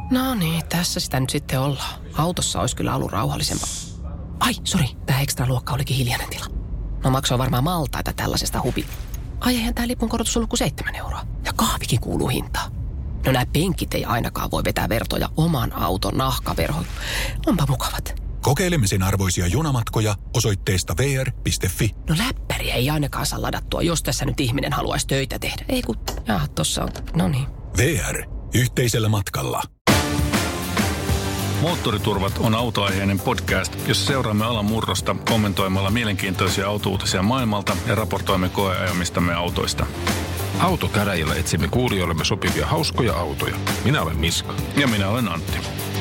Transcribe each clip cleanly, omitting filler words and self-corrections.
No niin, tässä sitä nyt sitten ollaan. Autossa olisi kyllä ollut rauhallisempaa. Ai, sori, tämä ekstra luokka olikin hiljainen tila. No maksoi varmaan maltaita tällaisesta hubi. Ai eihän tämä lipun korotus ollut kuin 7 euroa. Ja kahvikin kuuluu hintaan. No nämä penkit ei ainakaan voi vetää vertoja oman auton nahkaverhoon. Onpa mukavat. Kokeilemisen arvoisia junamatkoja osoitteesta vr.fi. No läppäriä ei ainakaan saa ladattua, jos tässä nyt ihminen haluaisi töitä tehdä. Ei kun, tossa on, no niin. VR. Yhteisellä matkalla. Moottoriturvat on autoaiheinen podcast, jossa seuraamme alan murrosta kommentoimalla mielenkiintoisia autouutisia maailmalta ja raportoimme koeajamistamme autoista. Autokäräjillä etsimme kuulijoillemme sopivia hauskoja autoja. Minä olen Miska. Ja minä olen Antti.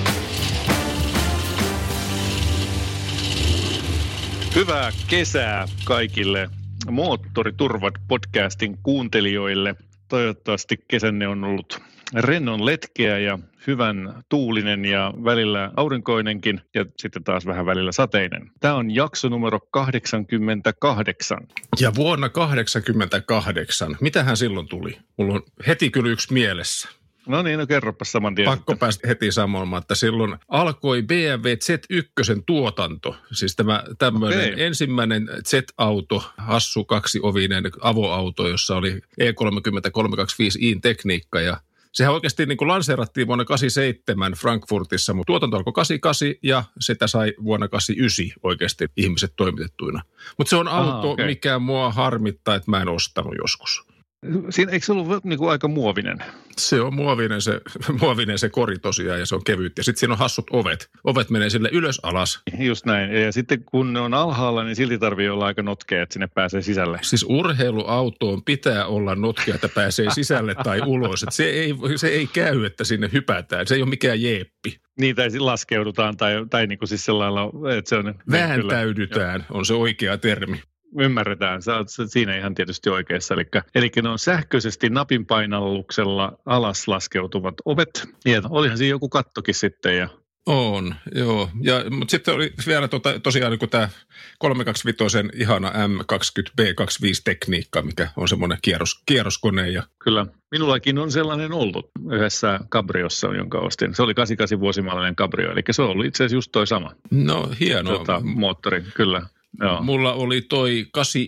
Hyvää kesää kaikille Moottoriturvat podcastin kuuntelijoille. Toivottavasti kesänne on ollut rennon letkeä ja hyvän tuulinen ja välillä aurinkoinenkin ja sitten taas vähän välillä sateinen. Tämä on jakso numero 88. Ja vuonna 88, mitähän silloin tuli? Mulla on heti kyllä yksi mielessä. No niin, no kerropas saman tien. Pakko päästä heti sanomaan, että silloin alkoi BMW Z1 tuotanto. Siis tämä tämmöinen ensimmäinen Z-auto, hassu kaksiovinen avoauto, jossa oli E30-325i tekniikka ja sehän oikeasti niin kuin lanseerattiin vuonna 87 Frankfurtissa, mutta tuotanto alkoi 88 ja sitä sai vuonna 89 oikeasti ihmiset toimitettuina. Mutta se on auto, mikä mua harmittaa, että mä en ostanut joskus. Siinä, eikö se ollut niin kuin aika muovinen? Se on muovinen se kori tosiaan ja se on kevyt. Ja sitten siinä on hassut ovet. Ovet menee sille ylös alas. Just näin. Ja sitten kun ne on alhaalla, niin silti tarvii olla aika notkea, että sinne pääsee sisälle. Siis urheiluautoon pitää olla notkea, että pääsee sisälle tai ulos. Että se ei käy, että sinne hypätään. Se ei ole mikään jeeppi. Niin, tai laskeudutaan tai niin kuin siis sellailla, että se on... Vääntäydytään on se oikea termi. Ymmärretään, sä oot siinä ihan tietysti oikeassa. Eli ne on sähköisesti napinpainalluksella alas laskeutuvat ovet. Ja olihan siinä joku kattokin sitten. Ja... On, joo. Mutta sitten oli vielä tosiaan niin tämä 325 ihana M20B25-tekniikka, mikä on semmoinen kierroskone. Ja... Kyllä. Minullakin on sellainen ollut yhdessä Cabriossa, jonka ostin. Se oli 88 vuosimallinen Cabrio, eli se on ollut itse asiassa just toi sama. No, hienoa. Moottori, kyllä. Joo. Mulla oli toi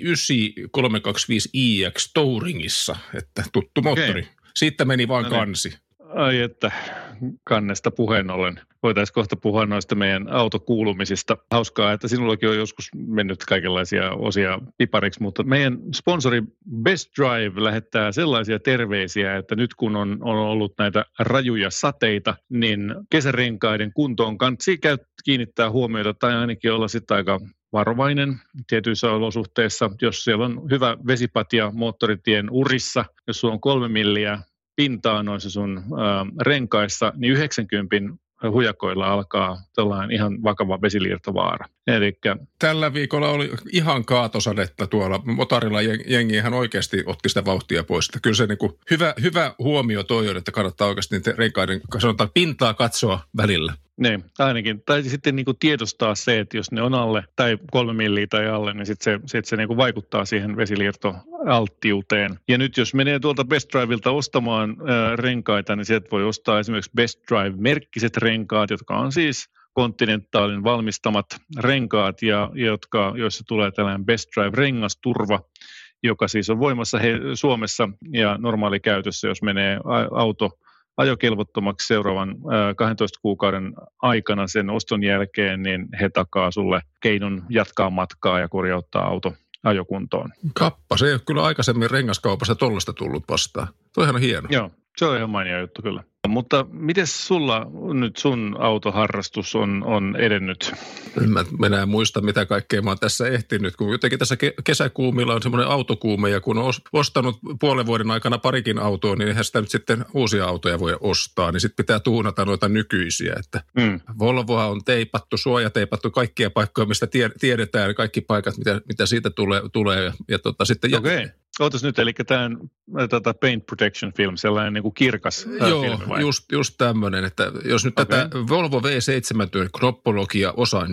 89 325 iX Touringissa, että tuttu moottori. Siitä meni vaan kansi. Ai että, kannesta puheen ollen. Voitaisiin kohta puhua noista meidän autokuulumisista. Hauskaa, että sinullakin on joskus mennyt kaikenlaisia osia pipariksi, mutta meidän sponsori Best Drive lähettää sellaisia terveisiä, että nyt kun on ollut näitä rajuja sateita, niin kesärenkaiden kuntoon kannattaa kiinnittää huomiota tai ainakin olla sitten aika varovainen tietyissä olosuhteissa. Jos siellä on hyvä vesipatja moottoritien urissa, jos sulla on 3 milliä pintaa noissa sun renkaissa, niin 90 hujakoilla alkaa tällainen ihan vakava vesiliirtovaara. Elikkä... Tällä viikolla oli ihan kaatosadetta tuolla. Motarilla jengi ihan oikeasti otti sitä vauhtia pois. Että kyllä se niin kuin hyvä huomio toi on, että kannattaa oikeasti niiden renkaiden pintaa katsoa välillä. Niin, ainakin. Tai sitten niin kuin tiedostaa se, että jos ne on alle tai 3 milliä tai alle, niin sitten se niin kuin vaikuttaa siihen vesiliirtoalttiuteen. Ja nyt jos menee tuolta Best Drivelta ostamaan renkaita, niin sieltä voi ostaa esimerkiksi Best Drive-merkkiset renkaat, jotka on siis Continentalin valmistamat renkaat, ja joissa tulee tällainen Best Drive-rengasturva, joka siis on voimassa Suomessa ja normaali käytössä, jos menee auto ajokelvottomaksi seuraavan 12 kuukauden aikana sen oston jälkeen, niin he takaa sulle keinon jatkaa matkaa ja korjauttaa auto ajokuntoon. Kappa, se ei ole kyllä aikaisemmin rengaskaupassa tollaista tullut vastaan. Toihan on hieno. Joo, se on ihan mainio juttu kyllä. Mutta miten sulla nyt sun autoharrastus on edennyt? Mä enää muista, mitä kaikkea mä oon tässä ehtinyt, kun jotenkin tässä kesäkuumilla on semmoinen autokuume, ja kun on ostanut puolen vuoden aikana parikin autoa, niin eihän sitä nyt sitten uusia autoja voi ostaa, niin sitten pitää tuunata noita nykyisiä. Että Volvoa on teipattu, suojateipattu kaikkia paikkoja, mistä tiedetään, kaikki paikat, mitä siitä tulee. Ja sitten Ootas nyt, eli tämä paint protection film, sellainen niin kuin kirkas filmi vai? Just tämmöinen, että jos nyt tätä Volvo V7 knoppologia osa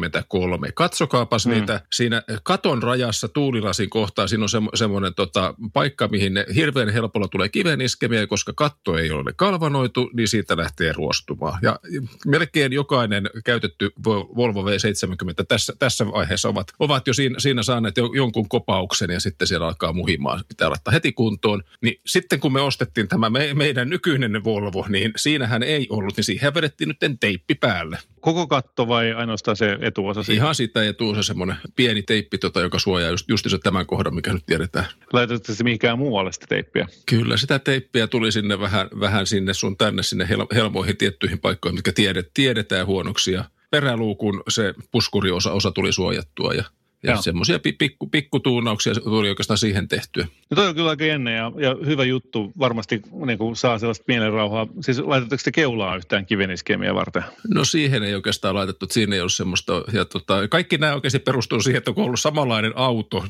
43, katsokaapas niitä siinä katon rajassa tuulilasin kohtaa, siinä on semmoinen paikka, mihin ne hirveän helpolla tulee kiveniskemiä, koska katto ei ole kalvanoitu, niin siitä lähtee ruostumaan. Ja melkein jokainen käytetty Volvo V70 tässä vaiheessa ovat jo siinä saaneet jonkun kopauksen ja sitten siellä alkaa muhimaan, pitää laittaa heti kuntoon. Niin sitten kun me ostettiin tämä meidän nykyinen Volvo, niin siinähän ei ollut, niin siihen vedettiin nyt teippi päälle. Koko katto vai ainoastaan se etuosa? Siihen? Ihan sitä etuosa semmoinen pieni teippi, joka suojaa just se tämän kohdan, mikä nyt tiedetään. Laitatko se mihinkään muualle sitä teippiä? Kyllä, sitä teippiä tuli sinne vähän sinne sun tänne sinne helmoihin tiettyihin paikkoihin, mitkä tiedetään huonoksi ja peräluukun se puskuriosa tuli suojattua ja semmoisia pikkutuunauksia tuli oikeastaan siihen tehtyä. No toi on kyllä aika jännä ja hyvä juttu. Varmasti niin kuin saa sellaista mielenrauhaa. Siis laitatteko te keulaa yhtään kiveniskemiä varten? No siihen ei oikeastaan laitettu, että siinä ei ollut semmoista. Ja kaikki nämä oikeasti perustuu siihen, että kun on ollut samanlainen auto,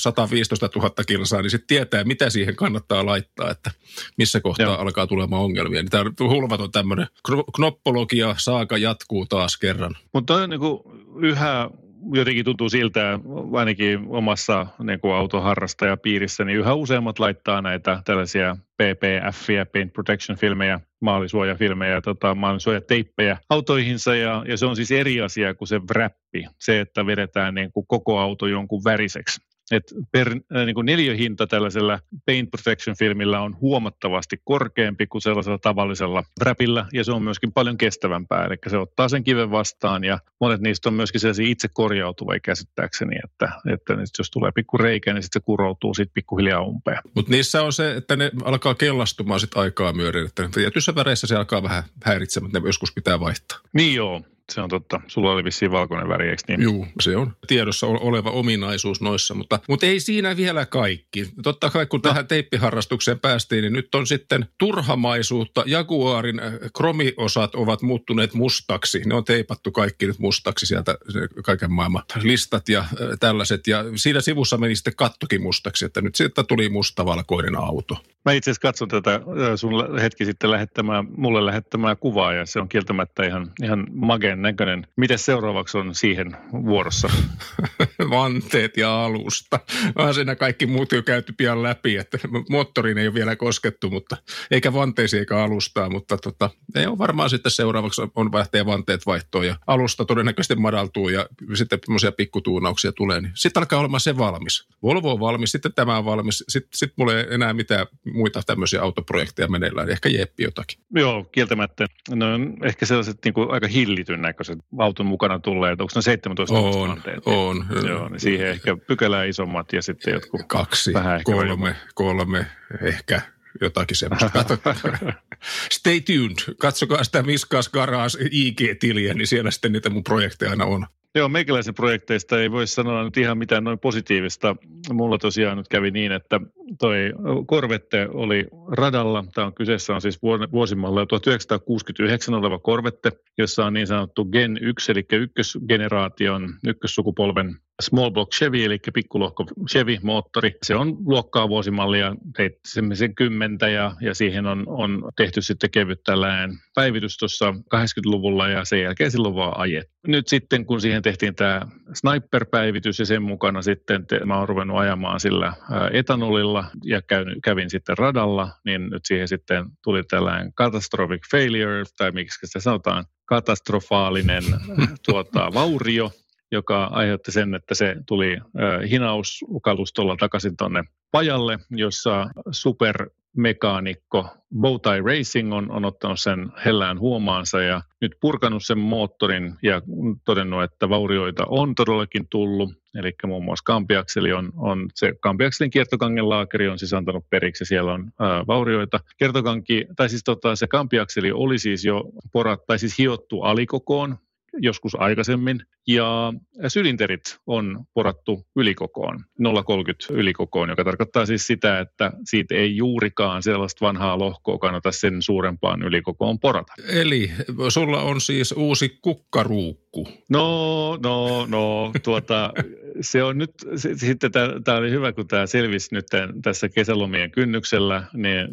115 000 kilsaa, niin sitten tietää, mitä siihen kannattaa laittaa, että missä kohtaa alkaa tulemaan ongelmia. Niin tämä on hulvaton tämmöinen knoppologia, saaka jatkuu taas kerran. Mutta toi on niin kuin yhä jotenkin tuntuu siltä, ainakin omassa niin kuin autoharrastajapiirissä, niin yhä useammat laittaa näitä tällaisia PPF-fiä, Paint Protection-filmejä, maalisuojafilmejä, maalisuojateippejä autoihinsa, ja se on siis eri asia kuin se wrappi, se, että vedetään niin kuin koko auto jonkun väriseksi. Että per niin kuin neliöhinta tällaisella Paint Protection-filmillä on huomattavasti korkeampi kuin sellaisella tavallisella wrapilla, ja se on myöskin paljon kestävämpää, eli se ottaa sen kiven vastaan, ja monet niistä on myöskin sellaisia itse korjautuvia käsittääkseni, että jos tulee pikku reikä, niin sitten se kuroutuu sitten pikkuhiljaa umpeen. Mutta niissä on se, että ne alkaa kellastumaan sitten aikaa myöden, että tietyissä väreissä se alkaa vähän häiritsemään, että ne joskus pitää vaihtaa. Niin joo. Se on totta. Sulla oli vissiin valkoinen väri, eikö niin? Joo, se on tiedossa oleva ominaisuus noissa, mutta ei siinä vielä kaikki. Totta kai kun tähän teippiharrastukseen päästiin, niin nyt on sitten turhamaisuutta. Jaguarin kromiosat ovat muuttuneet mustaksi. Ne on teipattu kaikki nyt mustaksi sieltä kaiken maailman listat ja tällaiset. Ja siinä sivussa meni sitten kattokin mustaksi, että nyt siitä tuli mustavalkoinen auto. Mä itse asiassa katson tätä sun hetki sitten mulle lähettämää kuvaa ja se on kieltämättä ihan mageen näköinen. Mites seuraavaksi on siihen vuorossa? Vanteet ja alusta. Onhan siinä kaikki muut jo käyty pian läpi, että moottoriin ei ole vielä koskettu, mutta eikä vanteisiin eikä alustaa, mutta ei ole varmaan sitten seuraavaksi on vanteet vaihtoon ja alusta todennäköisesti madaltuu ja sitten semmoisia pikkutuunauksia tulee. Niin sitten alkaa olemaan se valmis. Volvo on valmis, sitten tämä on valmis, sitten mulla ei enää mitään muita tämmöisiä autoprojekteja meneillään, ehkä jeppi jotakin. Joo, kieltämättä. No ehkä sellaiset niin kuin aika hillityn näköiset auton mukana tulleet. Onko ne 17 vanteet? On. Joo, niin siihen ehkä pykälää isommat ja sitten jotkut 2, 3 ehkä jotakin semmoista. Stay tuned. Katsokaa sitä Miskas Garage IG-tiliä, niin siellä sitten niitä mun projekteja aina on. Joo, meikäläisen projekteista ei voi sanoa nyt ihan mitään noin positiivista. Mulla tosiaan nyt kävi niin, että toi Corvette oli radalla. Tämä on kyseessä on siis vuosimallia 1969 oleva Corvette, jossa on niin sanottu Gen 1, eli ykkösgeneraation, ykkössukupolven small block Chevy, eli pikkulohko Chevy-moottori. Se on luokkaa vuosimallia 70 ja siihen on tehty sitten kevyt tällainen päivitys tuossa 80-luvulla ja sen jälkeen silloin vaan ajettu. Nyt sitten kun siihen tehtiin tämä Sniper-päivitys ja sen mukana sitten mä oon ruvennut ajamaan sillä etanolilla ja kävin sitten radalla, niin nyt siihen sitten tuli tällainen catastrophic failure, tai miksi sitä sanotaan, katastrofaalinen vaurio, joka aiheutti sen, että se tuli hinauskalustolla takaisin tuonne pajalle, jossa supermekaanikko Bowtie Racing on ottanut sen hellään huomaansa ja nyt purkanut sen moottorin ja todennut, että vaurioita on todellakin tullut. Eli muun muassa kampiakseli on se kampiakselin kiertokangenlaakeri on siis antanut periksi ja siellä on vaurioita. Se kampiakseli oli siis jo hiottu alikokoon joskus aikaisemmin, ja sylinterit on porattu ylikokoon, 0,30 ylikokoon, joka tarkoittaa siis sitä, että siitä ei juurikaan sellaista vanhaa lohkoa kannata sen suurempaan ylikokoon porata. Eli sulla on siis uusi kukkaruukku. No, se on nyt, sitten tämä oli hyvä, kun tämä selvisi nyt tässä kesälomien kynnyksellä, niin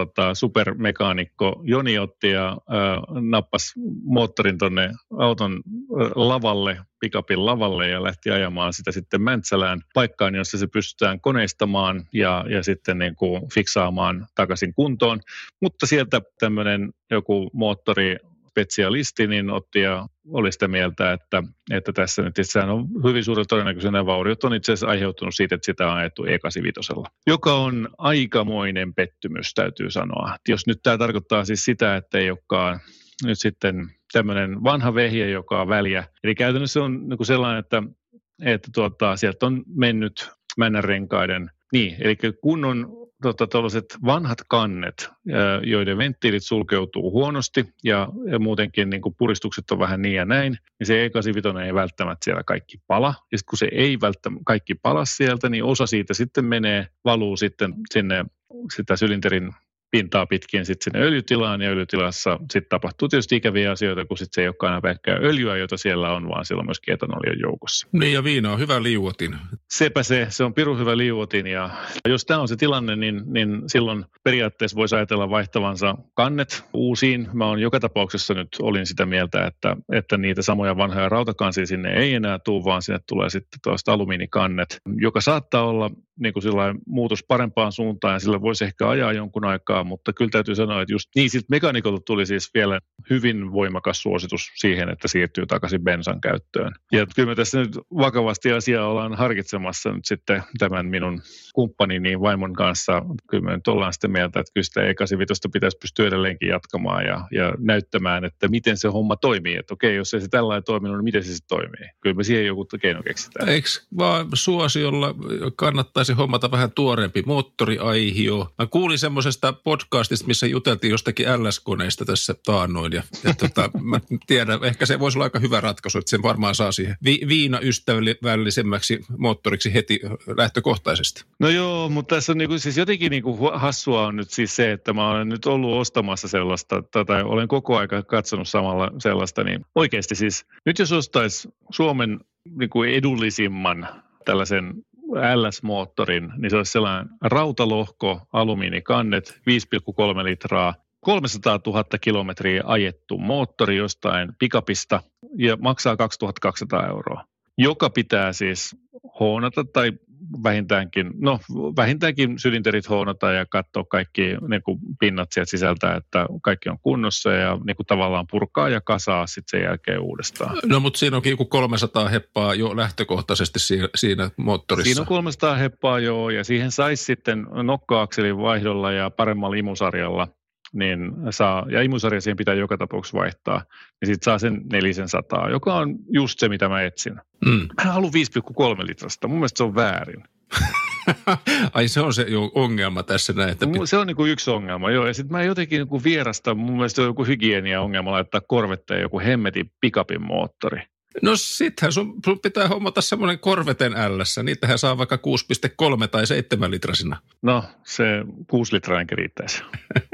supermekaanikko Joni otti ja nappasi moottorin tuonne auton lavalle, pick-upin lavalle ja lähti ajamaan sitä sitten Mäntsälään paikkaan, jossa se pystytään koneistamaan ja sitten niin kuin fiksaamaan takaisin kuntoon. Mutta sieltä tämmöinen joku moottorispesialisti niin otti ja oli sitä mieltä, että tässä nyt sehän on hyvin suurella todennäköisenä vauriot on itse asiassa aiheutunut siitä, että sitä on ajettu E85, joka on aikamoinen pettymys, täytyy sanoa. Jos nyt tämä tarkoittaa siis sitä, että ei olekaan nyt sitten tämmöinen vanha vehje, joka on väliä. Eli käytännössä on niin kuin sellainen, että sieltä on mennyt männänrenkaiden, eli kunnon tuollaiset vanhat kannet, joiden venttiilit sulkeutuu huonosti ja muutenkin niin kuin puristukset on vähän niin ja näin, niin se E85 ei välttämättä siellä kaikki pala. Ja sitten kun se ei välttämättä kaikki pala sieltä, niin osa siitä sitten valuu sitten sinne sitä sylinterin pintaa pitkin sitten sinne öljytilaan, ja öljytilassa sitten tapahtuu tietysti ikäviä asioita, kun sitten se ei olekaan enää pelkkää öljyä, jota siellä on, vaan siellä on myöskin etanolia joukossa. Niin, ja viina on hyvä liuotin. Sepä se on pirun hyvä liuotin, ja jos tämä on se tilanne, niin silloin periaatteessa voisi ajatella vaihtavansa kannet uusiin. Mä oon joka tapauksessa nyt olin sitä mieltä, että niitä samoja vanhoja rautakansia sinne ei enää tule, vaan sinne tulee sitten tuosta alumiinikannet, joka saattaa olla niin kuin sellainen muutos parempaan suuntaan, ja sillä voisi ehkä ajaa jonkun aikaa, mutta kyllä täytyy sanoa, että just niin, sitten mekanikolta tuli siis vielä hyvin voimakas suositus siihen, että siirtyy takaisin bensan käyttöön. Ja kyllä me tässä nyt vakavasti asiaa ollaan harkitsemassa nyt sitten tämän minun kumppanini vaimon kanssa. Kyllä me nyt ollaan sitä mieltä, että kyllä sitä E85 pitäisi pystyä edelleenkin jatkamaan ja näyttämään, että miten se homma toimii. Että okei, jos ei se tällainen toiminut, niin miten se sitten toimii? Kyllä me siihen joku keino keksitään. Eikö vaan suosiolla kannattaisi hommata vähän tuoreempi moottoriaihio? Mä kuulin semmoisesta podcastista, missä juteltiin jostakin LS-koneista tässä taannoin. Ja mä tiedän, ehkä se voisi olla aika hyvä ratkaisu, että sen varmaan saa siihen viinaystävällisemmäksi moottoriksi heti lähtökohtaisesti. No joo, mutta tässä on niinku, siis jotenkin niinku hassua on nyt siis se, että mä olen nyt ollut ostamassa sellaista, tai olen koko aika katsonut samalla sellaista, niin oikeasti siis nyt jos ostaisi Suomen niinku edullisimman tällaisen LS-moottorin, niin se olisi sellainen rautalohko, alumiinikannet, 5,3 litraa, 300 000 kilometriä ajettu moottori jostain pick-upista ja maksaa 2200 €, joka pitää siis hoonata tai vähintäänkin sylinterit hoonata ja katsoa kaikki niin kuin pinnat sieltä sisältä, että kaikki on kunnossa ja niin kuin tavallaan purkaa ja kasaa sitten sen jälkeen uudestaan. No mutta siinä onkin joku 300 heppaa jo lähtökohtaisesti siinä moottorissa. Siinä on 300 heppaa joo, ja siihen saisi sitten nokka-akselin vaihdolla ja paremmalla imusarjalla, niin ja imusarja siihen pitää joka tapauksessa vaihtaa, niin sitten saa sen 400, joka on just se, mitä mä etsin. Mä haluan 5,3 litrasta, mun mielestä se on väärin. Ai se on se ongelma tässä näin. Että se on niinku yksi ongelma, joo. Ja sitten mä jotenkin niinku vierasta, mun mielestä se on joku hygienia-ongelma laittaa korvetteen joku hemmetin pick-upin moottori. No sittenhän sun pitää hommata semmoinen Corveten LS. Niitähän saa vaikka 6,3 tai 7 litrasina. No se 6 litrainkin riittäisi.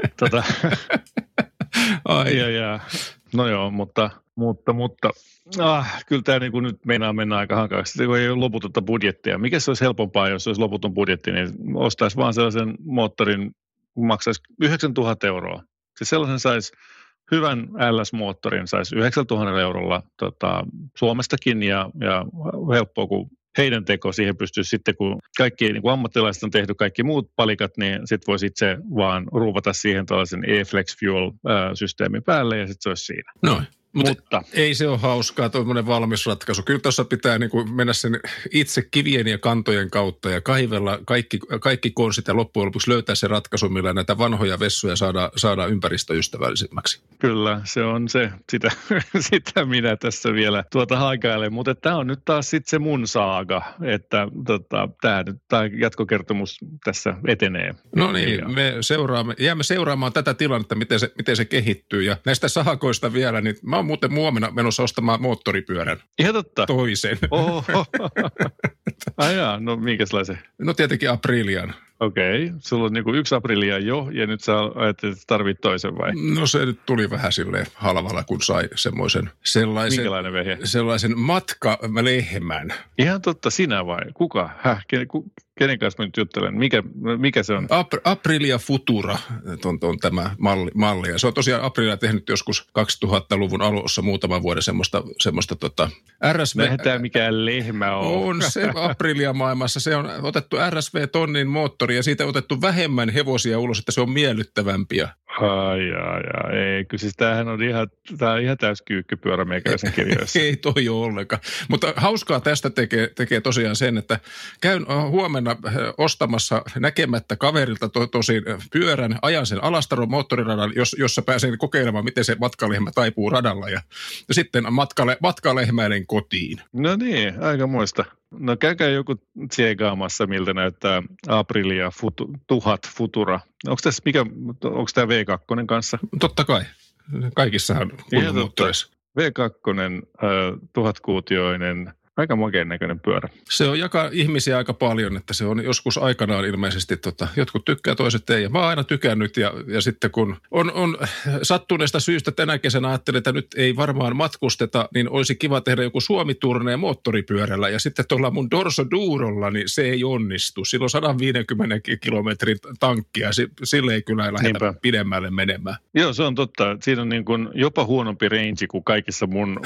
Ai. No joo, mutta kyllä tämä niinku nyt meinaa mennä aika hankalaksi. Kun ei ole loputonta budjettia. Mikä se olisi helpompaa, jos olisi loputon budjetti, niin ostaisi vaan sellaisen moottorin, maksaisi 9 000 €. Siis sellaisen saisi hyvän LS-moottorin, saisi 9 000 € Suomestakin ja helppoa kuin heidän teko siihen pystyisi sitten, kun kaikki niin kuin ammattilaiset on tehty kaikki muut palikat, niin sitten voisi itse vaan ruuvata siihen tällaisen E-Flex Fuel-systeemin päälle ja sitten se olisi siinä. Noin. Mutta ei se ole hauskaa, tuommoinen valmis ratkaisu. Kyllä tuossa pitää niin kuin mennä sen itse kivien ja kantojen kautta ja kaivella kaikki konstit ja loppujen lopuksi löytää se ratkaisu, millä näitä vanhoja vessuja saadaan ympäristöystävällisemmiksi. Kyllä, se on se. Sitä minä tässä vielä haikailen. Mutta tämä on nyt taas sitten se mun saaga, että tämä jatkokertomus tässä etenee. No niin, me jäämme seuraamaan tätä tilannetta, miten se kehittyy. Ja näistä sahakoista vielä, niin mä oon muuten huomenna menossa ostamaan moottoripyörän. Ihan totta. Toisen. Oho. No minkälaisen? No tietenkin Aprilian. Okei. Sulla on niinku 1 Aprilia jo, ja nyt sä ajattelet, että tarvit toisen vai? No se nyt tuli vähän silleen halvalla, kun sai sellaisen... Minkälainen vehje? Sellaisen matkalehmän. Ihan totta, sinä vai? Kuka? Kenen kanssa mä nyt juttelen? Mikä se on? Aprilia Futura on tämä malli. Ja se on tosiaan Aprilia tehnyt joskus 2000-luvun alussa muutaman vuoden semmoista RSV... Nähdään mikään lehmä on. On se Aprilia-maailmassa. Se on otettu RSV-tonnin moottori ja siitä otettu vähemmän hevosia ulos, että se on miellyttävämpiä. Ei, kyllä siis tämähän on ihan täyskyykkypyörä meikäläisen kirjoissa. Ei toi ole ollenkaan. Mutta hauskaa tästä tekee tosiaan sen, että käyn huomenna ostamassa näkemättä kaverilta tosin pyörän, ajan sen Alastaron moottoriradan, jossa pääsen kokeilemaan, miten se matkalehmä taipuu radalla ja sitten matkalehmäinen kotiin. No niin, aikamoista. No käykää joku tsiegaamassa, miltä näyttää Aprilia 1000 Futura. Onko tämä V2 kanssa? Totta kai. Kaikissahan kunnon moottoreissa. V2, 1000-kuutioinen, aika makeen näköinen pyörä. Se on jakaa ihmisiä aika paljon, että se on joskus aikanaan ilmeisesti, jotkut tykkää, toiset ei. Ja mä oon aina tykännyt ja sitten kun on sattuneesta syystä tänä kesänä ajattelin, että nyt ei varmaan matkusteta, niin olisi kiva tehdä joku Suomi-turnee moottoripyörällä. Ja sitten tuolla mun Dorso Durolla, niin se ei onnistu. Sillä on 150 kilometrin tankki ja sille ei kyllä lähdetä pidemmälle menemään. Joo, se on totta. Siinä on niin kuin jopa huonompi range kuin kaikissa mun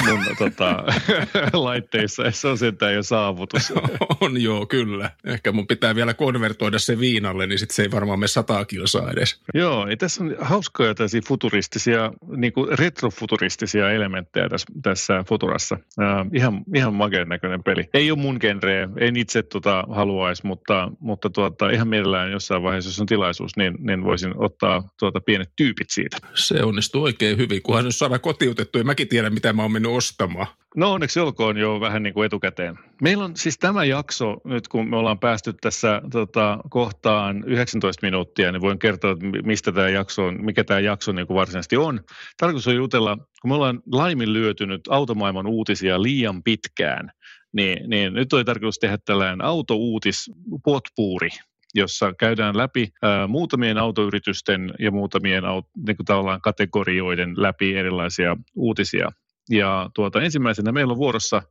laitteissa. Se on sentään jo saavutus. On joo, kyllä. Ehkä mun pitää vielä konvertoida se viinalle, niin sitten se ei varmaan mene 100 kilsaa edes. Joo, tässä on hauskoja tällaisia futuristisia, niin kuin retrofuturistisia elementtejä tässä Futurassa. Ihan makeen näköinen peli. Ei ole mun genreä, en itse haluaisi, mutta ihan mielellään jossain vaiheessa, jos on tilaisuus, niin voisin ottaa pienet tyypit siitä. Se onnistuu oikein hyvin, kunhan nyt saadaan kotiutettua ja mäkin tiedän, mitä mä oon mennyt ostamaan. No onneksi olkoon jo vähän niin kuin etukäteen. Meillä on siis tämä jakso, nyt kun me ollaan päästy tässä kohtaan 19 minuuttia, niin voin kertoa, mistä tämä jakso on, mikä tämä jakso niin kuin varsinaisesti on. Tarkoitus on jutella, kun me ollaan laiminlyötynyt automaailman uutisia liian pitkään, niin nyt oli tarkoitus tehdä tällainen autouutispotpuuri, jossa käydään läpi muutamien autoyritysten ja muutamien niin kuin tavallaan kategorioiden läpi erilaisia uutisia. Ja ensimmäisenä meillä on vuorossa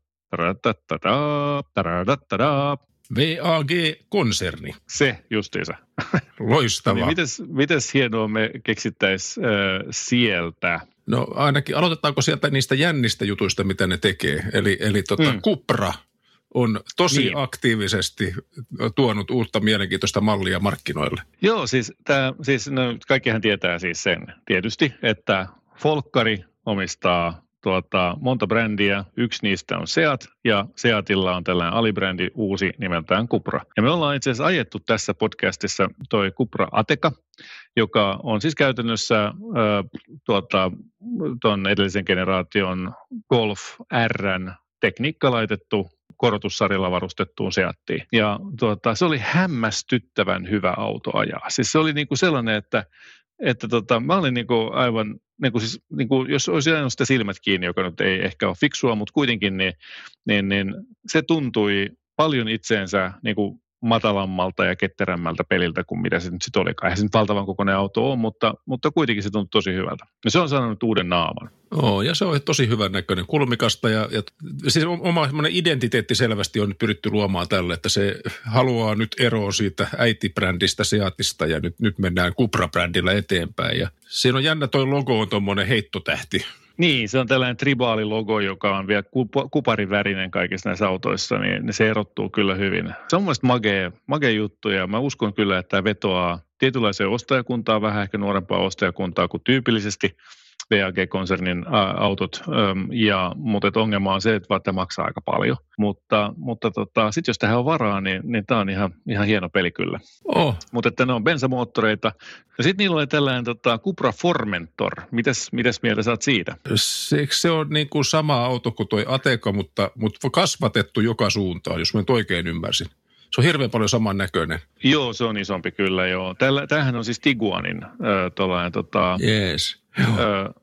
VAG-konserni. Se justiinsa. Loistavaa. Niin mites hienoa me keksittäisiin sieltä? No ainakin aloitetaanko sieltä niistä jännistä jutuista, mitä ne tekee. Eli Cupra on tosi aktiivisesti tuonut uutta mielenkiintoista mallia markkinoille. Joo, siis kaikkihan tietää siis sen tietysti, että Folkkari omistaa monta brändiä. Yksi niistä on Seat, ja Seatilla on tällainen alibrändi uusi nimeltään Cupra. Ja me ollaan itse asiassa ajettu tässä podcastissa toi Cupra Ateca, joka on siis käytännössä tuon edellisen generaation Golf R:n tekniikka laitettu korotussarjalla varustettuun Seattiin. Ja se oli hämmästyttävän hyvä auto ajaa. Siis se oli niinku sellainen, että mä olin niinku aivan, jos olisi ajanut sitä silmät kiinni, joka nyt ei ehkä ole fiksua, mutta kuitenkin, niin se tuntui paljon itseensä niinku matalammalta ja ketterämmältä peliltä kuin mitä se nyt sitten olikaan. Eihän se nyt valtavan kokoinen auto on, mutta kuitenkin se tuntui tosi hyvältä. Ja se on saanut uuden naaman. Ja se on tosi hyvän näköinen, kulmikasta ja siis oma semmoinen identiteetti selvästi on nyt pyritty luomaan tälle, että se haluaa nyt eroa siitä äitibrändistä Seatista ja nyt mennään Cupra-brändillä eteenpäin. Ja siinä on jännä, toi logo on tuommoinen heittotähti. Niin, se on tällainen tribaalilogo, joka on vielä kuparin värinen kaikissa näissä autoissa, niin se erottuu kyllä hyvin. Se on mielestäni magea juttu ja mä uskon kyllä, että tämä vetoaa tietynlaiseen ostajakuntaan, vähän ehkä nuorempaa ostajakuntaa kuin tyypillisesti VAG-konsernin autot, mutta ongelma on se, että tämä maksaa aika paljon. Mutta sitten jos tähän on varaa, niin tämä on ihan hieno peli kyllä. Mutta että ne on bensamoottoreita. Ja sitten niillä oli tällainen Cupra Formentor. Mitäs mieltä saat siitä? Se on niin kuin sama auto kuin tuo Ateca, mutta kasvatettu joka suuntaan, jos mä nyt oikein ymmärsin. Se on hirveän paljon samannäköinen. Joo, se on isompi kyllä, joo. Tämähän on siis Tiguanin yes.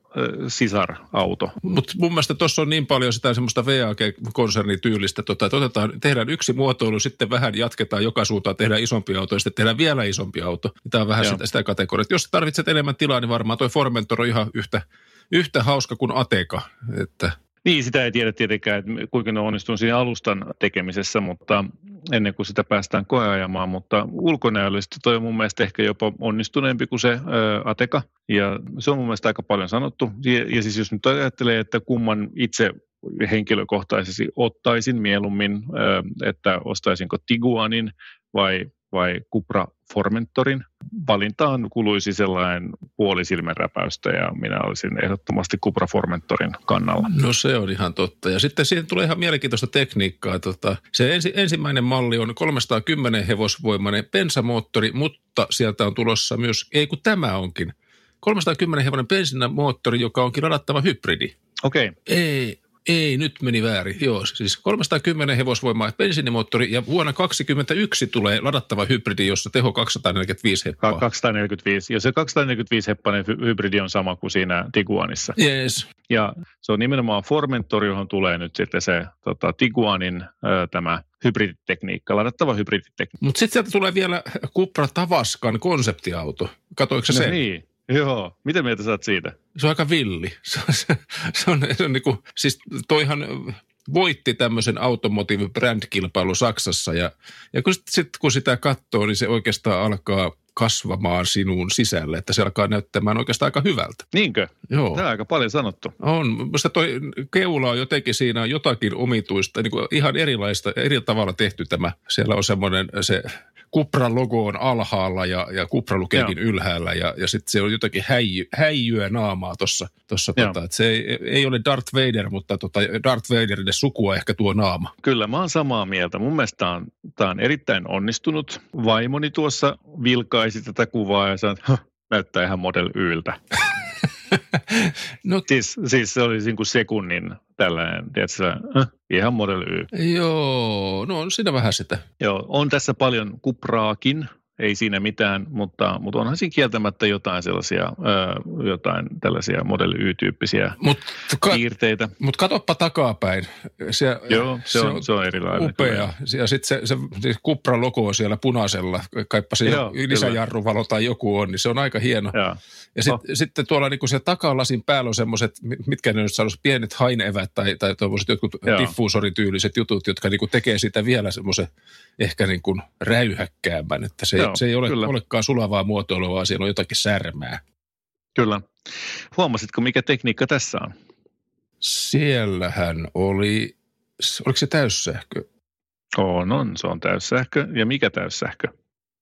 sisarauto. Mutta mun mielestä tuossa on niin paljon sitä semmoista VAG-konsernityylistä, että tehdään yksi muotoilu, sitten vähän jatketaan joka suuntaan, tehdään isompi auto ja sitten tehdään vielä isompi auto. Tämä on vähän sitä kategoriaa. Jos tarvitset enemmän tilaa, niin varmaan toi Formentor on ihan yhtä hauska kuin Ateca. Että Niin, sitä ei tiedä tietenkään, että kuinka ne onnistuu siinä alustan tekemisessä, mutta ennen kuin sitä päästään koeajamaan, mutta ulkonäöllisesti toi on mun mielestä ehkä jopa onnistuneempi kuin se Ateca, ja se on mun mielestä aika paljon sanottu. Ja siis jos nyt ajattelee, että kumman itse henkilökohtaisesti ottaisin mieluummin, että ostaisinko Tiguanin vai Cupra Formentorin, valintaan kuluisi sellainen puoli silmänräpäystä ja minä olisin ehdottomasti Cupra Formentorin kannalla. No se on ihan totta. Ja sitten siihen tulee ihan mielenkiintoista tekniikkaa. Se ensimmäinen malli on 310 hevosvoimainen bensamoottori, mutta sieltä on tulossa myös, ei kun tämä onkin, 310 hevonen bensiinamoottori, joka onkin ladattava hybridi. Okei. Ei, nyt meni väärin. Joo, siis 310 hevosvoimaa bensiinimoottori ja vuonna 2021 tulee ladattava hybridi, jossa teho 245 heppaa. 245. Ja se 245-heppainen hybridi on sama kuin siinä Tiguanissa. Yes. Ja se on nimenomaan Formentor, johon tulee nyt sitten se Tiguanin tämä hybriditekniikka, ladattava hybriditekniikka. Mutta sitten sieltä tulee vielä Cupra Tavascan konseptiauto. Katoiko sen? Niin. Joo, mitä mieltä sä oot siitä? Se on aika villi. Se on niin kuin, siis toihan voitti tämmöisen automotive brand-kilpailu Saksassa ja kun sitä katsoo, niin se oikeastaan alkaa kasvamaan sinun sisälle, että se alkaa näyttämään oikeastaan aika hyvältä. Niinkö? Joo. Tämä on aika paljon sanottu. On. Minusta toi keula on jotenkin siinä jotakin omituista, niin kuin ihan eri tavalla tehty tämä. Siellä on semmoinen se Cupran logo on alhaalla ja Cupra lukeekin ylhäällä ja sitten se on jotakin häijyä naamaa tuossa että se ei ole Darth Vader, mutta Darth Vaderille sukua ehkä tuo naama. Kyllä, mä oon samaa mieltä. Mun mielestä tää on erittäin onnistunut. Vaimoni tuossa vilkaisi tätä kuvaa ja sanoi, että näyttää ihan Model Yltä. No, siis se oli niin kuin sekunnin tällainen, tiedätkö, ihan Model Y. Joo, no on siinä vähän sitä. Joo, on tässä paljon Cupraakin, ei siinä mitään, mutta onhan siinä kieltämättä jotain sellaisia, jotain tällaisia Model Y-tyyppisiä piirteitä. Mutta katsoppa takapäin. Joo, se on erilainen. Upea. Ja sitten se Cupra-logo on siellä punaisella, kaippa se lisäjarruvalo tai joku on, niin se on aika hieno. Ja sitten tuolla niinku se takalasin päällä on semmoiset, mitkä ne nyt sanoisi, pienet hainevät tai tuommoiset jotkut diffuusorityyliset jutut, jotka niinku tekee sitä vielä semmoisen ehkä niinku räyhäkkäämän, että se ei olekaan sulavaa muotoilua, vaan siellä on jotakin särmää. Kyllä. Huomasitko, mikä tekniikka tässä on? Siellähän oliko se täyssähkö? Se on täyssähkö. Ja mikä täyssähkö?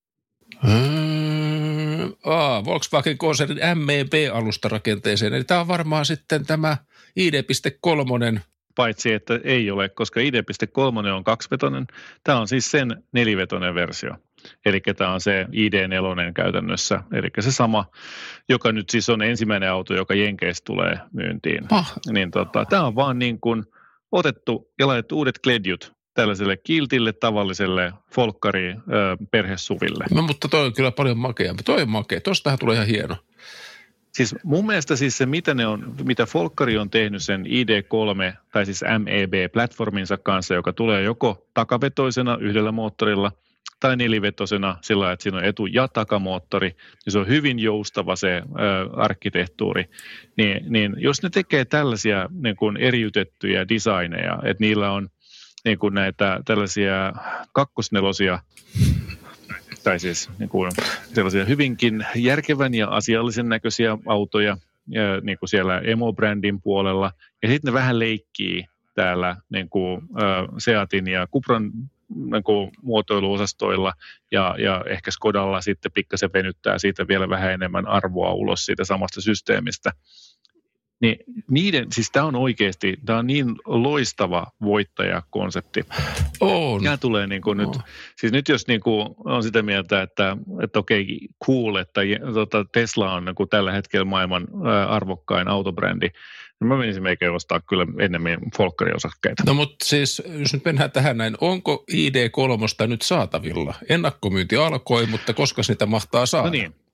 Volkswagen-konsernin MEB-alustarakenteeseen. Eli tämä on varmaan sitten tämä ID.3. Paitsi, että ei ole, koska ID.3 on kaksivetoinen. Tämä on siis sen nelivetoinen versio. Eli tämä on se ID4 käytännössä. Eli se sama, joka nyt siis on ensimmäinen auto, joka Jenkeistä tulee myyntiin. Niin tämä on vaan niin kuin otettu ja laitettu uudet kledjut tällaiselle kiltille, tavalliselle folkkari-perhesuville. No, mutta toi on kyllä paljon makeampi. Toi on makea. Tuostahan tulee ihan hieno. Siis mun mielestä siis se, mitä folkkari on tehnyt sen ID3 tai siis MEB-platforminsa kanssa, joka tulee joko takavetoisena yhdellä moottorilla tai nelivetoisena sillä, että siinä on etu- ja takamoottori, niin se on hyvin joustava se arkkitehtuuri. Niin jos ne tekee tällaisia niin kuin eriytettyjä designeja, että niillä on niin kuin näitä tällaisia kakkosnelosia, tai siis niin kuin sellaisia hyvinkin järkevän ja asiallisen näköisiä autoja niin kuin siellä Emo-brändin puolella. Ja sitten ne vähän leikkii täällä niin kuin Seatin ja Cupran niin kuin muotoiluosastoilla ja ehkä Skodalla sitten pikkasen venyttää siitä vielä vähän enemmän arvoa ulos siitä samasta systeemistä. Niin siis tämä on oikeasti, tämä on niin loistava voittajakonsepti. Tämä tulee niin kuin nyt, siis nyt jos niin kuin on sitä mieltä, että okei, cool, että Tesla on niin kuin tällä hetkellä maailman arvokkain autobrändi, niin mä menisin meikä ostaa kyllä ennemmin folkkariosakkeita. No mutta siis, jos nyt mennään tähän näin, onko ID3 nyt saatavilla? Ennakkomyynti alkoi, mutta koska sitä mahtaa saada? No niin.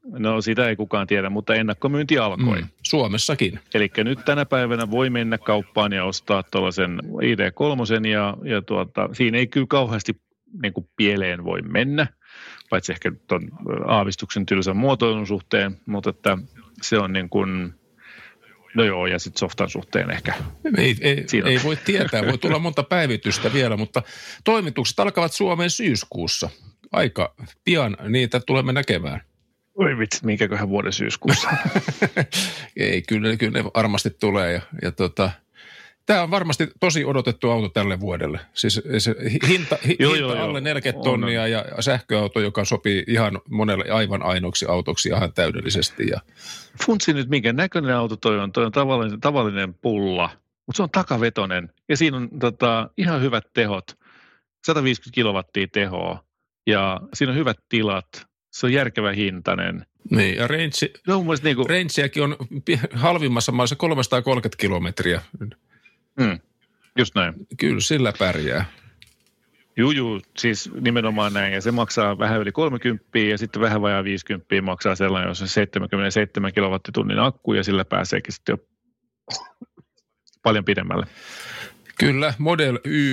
No sitä ei kukaan tiedä, mutta ennakkomyynti alkoi. Suomessakin. Eli nyt tänä päivänä voi mennä kauppaan ja ostaa tuollaisen ID3 ja siinä ei kyllä kauheasti niin kuin pieleen voi mennä, paitsi ehkä tuon aavistuksen tylsän muotoilun suhteen, mutta että se on niin kuin, no joo, ja sitten softan suhteen ehkä. Ei voi tietää, voi tulla monta päivitystä vielä, mutta toimitukset alkavat Suomeen syyskuussa. Aika pian niitä tulemme näkemään. Oi vitsi, minkäköhän vuoden syyskuussa? Ei, kyllä ne varmasti tulee tämä on varmasti tosi odotettu auto tälle vuodelle. Siis se hinta alle 40 tonnia ja sähköauto, joka sopii ihan monelle aivan ainoaksi autoksi ihan täydellisesti. Funtsi nyt, minkä näköinen auto toi on tavallinen pulla, mutta se on takavetoinen ja siinä on ihan hyvät tehot, 150 kilowattia tehoa ja siinä on hyvät tilat, se on järkevä hintainen. Niin, ja rangeäkin on halvimmassa maassa 330 kilometriä. Just näin. Kyllä, sillä pärjää. Juu, siis nimenomaan näin. Ja se maksaa vähän yli 30 ja sitten vähän vajaa 50 maksaa sellainen, jos on 77 kilowattitunnin akku ja sillä pääseekin sitten jo paljon pidemmälle. Kyllä, Model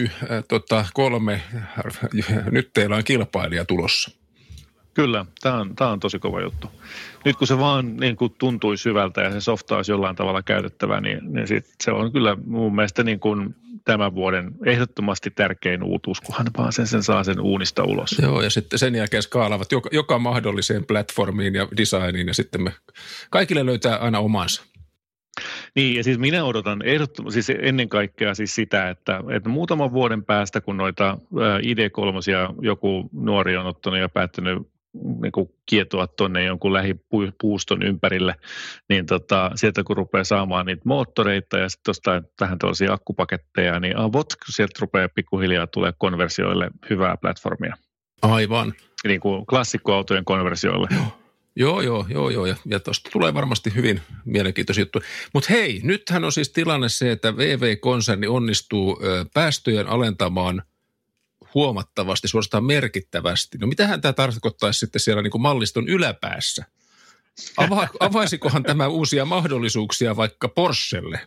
Y3, nyt teillä on kilpailija tulossa. Kyllä, tämä on tosi kova juttu. Nyt kun se vaan niin kuin tuntui syvältä ja se softa olisi jollain tavalla käytettävä, niin se on kyllä mun mielestä niin kuin tämän vuoden ehdottomasti tärkein uutuus, kunhan vaan sen saa sen uunista ulos. Joo, ja sitten sen jälkeen skaalaavat joka mahdolliseen platformiin ja designiin, ja sitten me kaikille löytää aina omansa. Niin, ja siis minä odotan ehdottomasti siis ennen kaikkea siis sitä, että muutaman vuoden päästä, kun noita ID3 joku nuori on ottanut ja päättänyt niin kuin kietoa tuonne jonkun lähipuuston ympärille, niin sieltä kun rupeaa saamaan niitä moottoreita ja sitten ostaa tähän tällaisia akkupaketteja, niin sieltä rupeaa pikkuhiljaa tulee konversioille hyvää platformia. Aivan. Niin kuin klassikkoautojen konversioille. Joo. Ja tuosta tulee varmasti hyvin mielenkiintoisia juttuja. Mutta hei, nythän on siis tilanne se, että VW-konserni onnistuu päästöjen alentamaan huomattavasti, suorastaan merkittävästi. No mitähän tämä tarkoittaisi sitten siellä niin kuin malliston yläpäässä? Avaisikohan tämä uusia mahdollisuuksia vaikka Porschelle?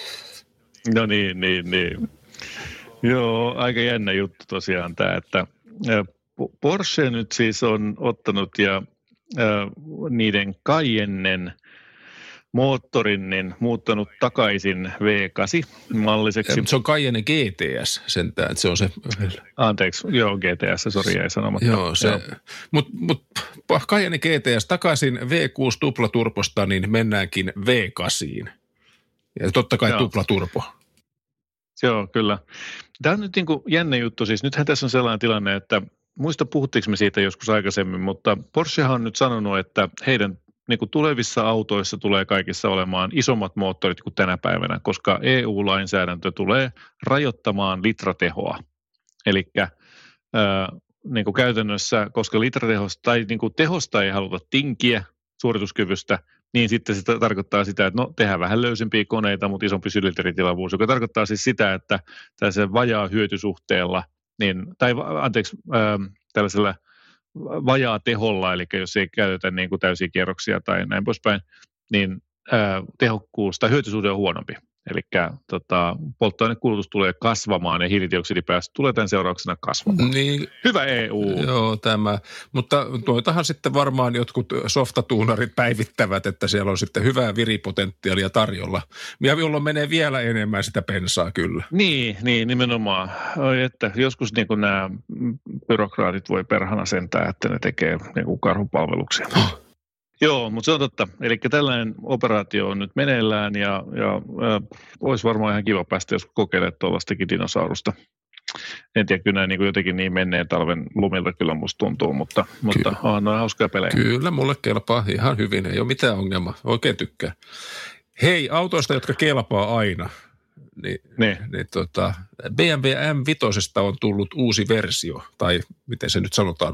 No niin. Joo, aika jännä juttu tosiaan tämä, että Porsche nyt siis on ottanut ja niiden Cayennen moottorin niin muuttanut takaisin V8-malliseksi. Se on Cayenne GTS sentään, että se on se. Anteeksi, joo GTS, sori jäi sanomatta. Joo, se. Mutta Cayenne GTS takaisin V6 tuplaturposta, niin mennäänkin V8. Ja totta kai tuplaturpo. Joo, kyllä. Tämä on nyt niin kuin jännä juttu. Siis nythän tässä on sellainen tilanne, että muista puhuttiinko me siitä joskus aikaisemmin, mutta Porschehan on nyt sanonut, että heidän niin kuin tulevissa autoissa tulee kaikissa olemaan isommat moottorit kuin tänä päivänä, koska EU-lainsäädäntö tulee rajoittamaan litratehoa. Eli niin kuin käytännössä, koska litratehosta tai niin kuin tehosta ei haluta tinkiä suorituskyvystä, niin sitten se tarkoittaa sitä, että tehdään vähän löysempiä koneita, mutta isompi sylinteritilavuus, joka tarkoittaa siis sitä, että tällaisen vajaa hyötysuhteella, tällaisella vajaa teholla, eli jos ei käytetä niin kuin täysiä kierroksia tai näin poispäin, niin tehokkuus tai hyötysuhde on huonompi. Eli polttoainekulutus tulee kasvamaan ja hiilidioksidipäästöt tulee tämän seurauksena kasvamaan. Niin, hyvä EU. Joo, tämä. Mutta noitahan sitten varmaan jotkut softatuunarit päivittävät, että siellä on sitten hyvää viripotentiaalia tarjolla, jolloin menee vielä enemmän sitä bensaa kyllä. Niin nimenomaan. Että joskus niin kuin nämä byrokraatit voi perhana sentää, että ne tekee niin kuin karhupalveluksia. Joo, mutta se on totta. Eli tällainen operaatio on nyt meneillään ja olisi varmaan ihan kiva päästä joskus kokeilemaan tuollaistakin dinosaurusta. En tiedä, kyllä niin jotenkin niin menneen talven lumilta kyllä musta tuntuu, mutta on noin hauskaa pelejä. Kyllä, mulle kelpaa ihan hyvin, ei ole mitään ongelmaa, oikein tykkää. Hei, autoista, jotka kelpaa aina, BMW M5 on tullut uusi versio, tai miten se nyt sanotaan,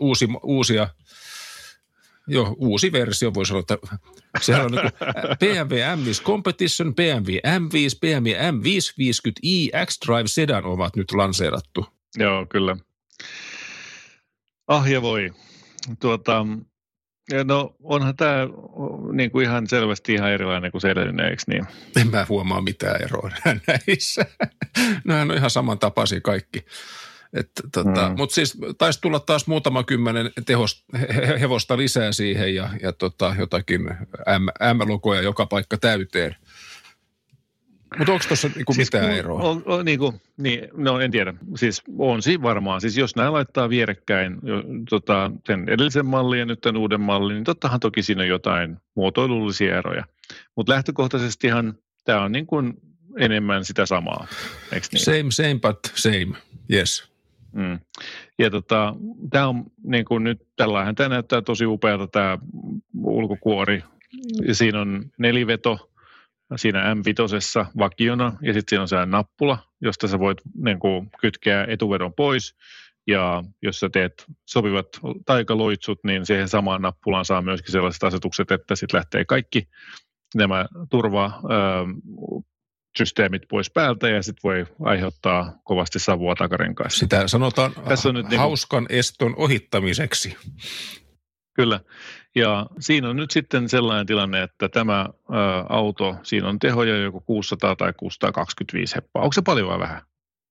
uusi versio, voi sanoa, että sehän on niin BMW M5 Competition, BMW M5, BMW M550i X-Drive Sedan ovat nyt lanseerattu. Joo, kyllä. Ja voi. No onhan tämä niin kuin ihan selvästi ihan erilainen kuin se edellinen, eikö niin? En mä huomaa mitään eroa näissä. Nämähän on ihan samantapaisia kaikki. Mutta siis taisi tulla taas muutama kymmenen hevosta lisää siihen ja jotakin M-logoja joka paikka täyteen. Mutta onko tuossa niinku siis mitään eroa? No en tiedä. Siis on siinä varmaan. Siis jos nämä laittaa vierekkäin sen edellisen mallin ja nyt tämän uuden mallin, niin tottahan toki siinä on jotain muotoilullisia eroja. Mutta lähtökohtaisestihan tämä on niin kuin enemmän sitä samaa, eikö niin? Same but same, yes. Ja tämä on niin kuin nyt, tällainen tämä näyttää tosi upealta tämä ulkokuori. Ja siinä on neliveto. Siinä M5 vakiona ja sitten siinä on se nappula, josta sä voit niin kuin kytkeä etuvedon pois ja jos sä teet sopivat taikaloitsut, niin siihen samaan nappulaan saa myöskin sellaiset asetukset, että sitten lähtee kaikki nämä turvasysteemit pois päältä ja sitten voi aiheuttaa kovasti savua takarenkaissa. Sitä sanotaan hauskan eston ohittamiseksi. Kyllä. Ja siinä on nyt sitten sellainen tilanne, että tämä auto, siinä on tehoja joko 600 tai 625 heppaa. Onko se paljon vai vähän?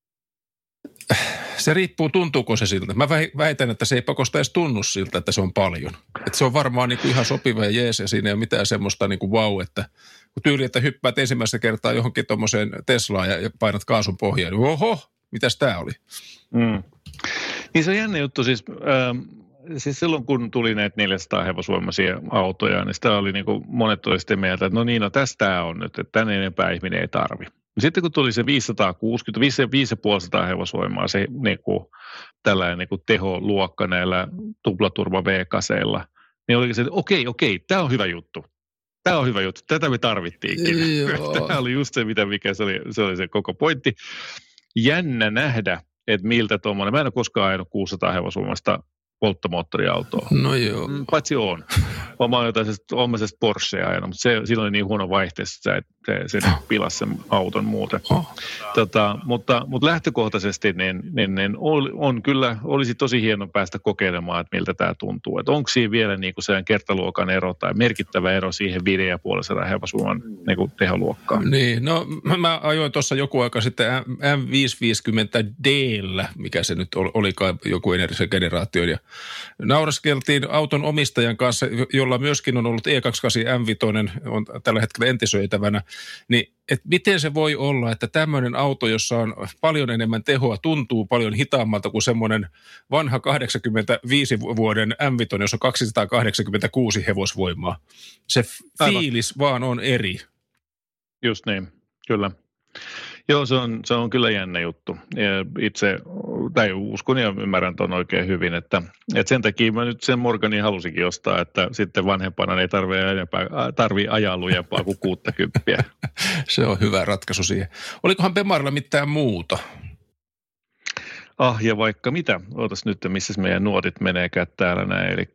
Se riippuu, tuntuuko se siltä. Mä väitän, että se ei pakosta edes tunnu siltä, että se on paljon. Että se on varmaan niin kuin ihan sopiva ja jees ja siinä ei ole mitään semmoista niin kuin vau, että kun tyyli, että hyppäät ensimmäistä kertaa johonkin tuommoiseen Teslaan ja painat kaasun pohjaan, niin oho, mitäs tää oli? Niin se on jännä juttu siis. Siis silloin, kun tuli näitä 400 hevosvoimaisia autoja, niin sitä oli niin kuin monet oli sitten mieltä, että no tästä on nyt, että tänne enempää ihminen ei tarvi. Sitten kun tuli se 560, 550 hevosvoimaa, se niin kuin, tällainen niin kuin teholuokka näillä tuplaturva V-kaseilla, niin olikin se, että okei, tämä on hyvä juttu. Tämä on hyvä juttu, tätä me tarvittiinkin. Tämä oli just se, mikä se oli se koko pointti. Jännä nähdä, että miltä tuommoinen, mä en ole koskaan ajanut 600 hevosvoimasta polttomoottoriautoa. No joo. Paitsi on. Mä oon jotain omaisesta Porschea ajanut, mutta siinä oli niin huono vaihteessa, että se pilasi sen auton muuten. Mutta lähtökohtaisesti niin on kyllä, olisi tosi hieno päästä kokeilemaan, että miltä tämä tuntuu. Että onko siinä vielä niin kuin sellainen kertaluokan ero tai merkittävä ero siihen 5,5 hevosvoiman niin kuin teholuokkaan? Niin, no mä ajoin tuossa joku aika sitten M550D:llä, mikä se nyt olikaan joku edellisen generaation, ja nauraskeltiin auton omistajan kanssa, jolla myöskin on ollut E28 M5, on tällä hetkellä entisöitävänä, niin että miten se voi olla, että tämmöinen auto, jossa on paljon enemmän tehoa, tuntuu paljon hitaammalta kuin semmoinen vanha 85 vuoden M5, jossa on 286 hevosvoimaa. Se fiilis vaan on eri. Just niin, kyllä. Joo, se on kyllä jännä juttu. Ja itse, tai uskon ja ymmärrän ton oikein hyvin, että sen takia mä nyt sen Morganin halusinkin ostaa, että sitten vanhempana ei tarvitse ajaa lujempaa kuin 60. Se on hyvä ratkaisu siihen. Olikohan Bemarilla mitään muuta? Ja vaikka mitä. Ootas nyt, missä meidän nuotit meneekään täällä näin. Eli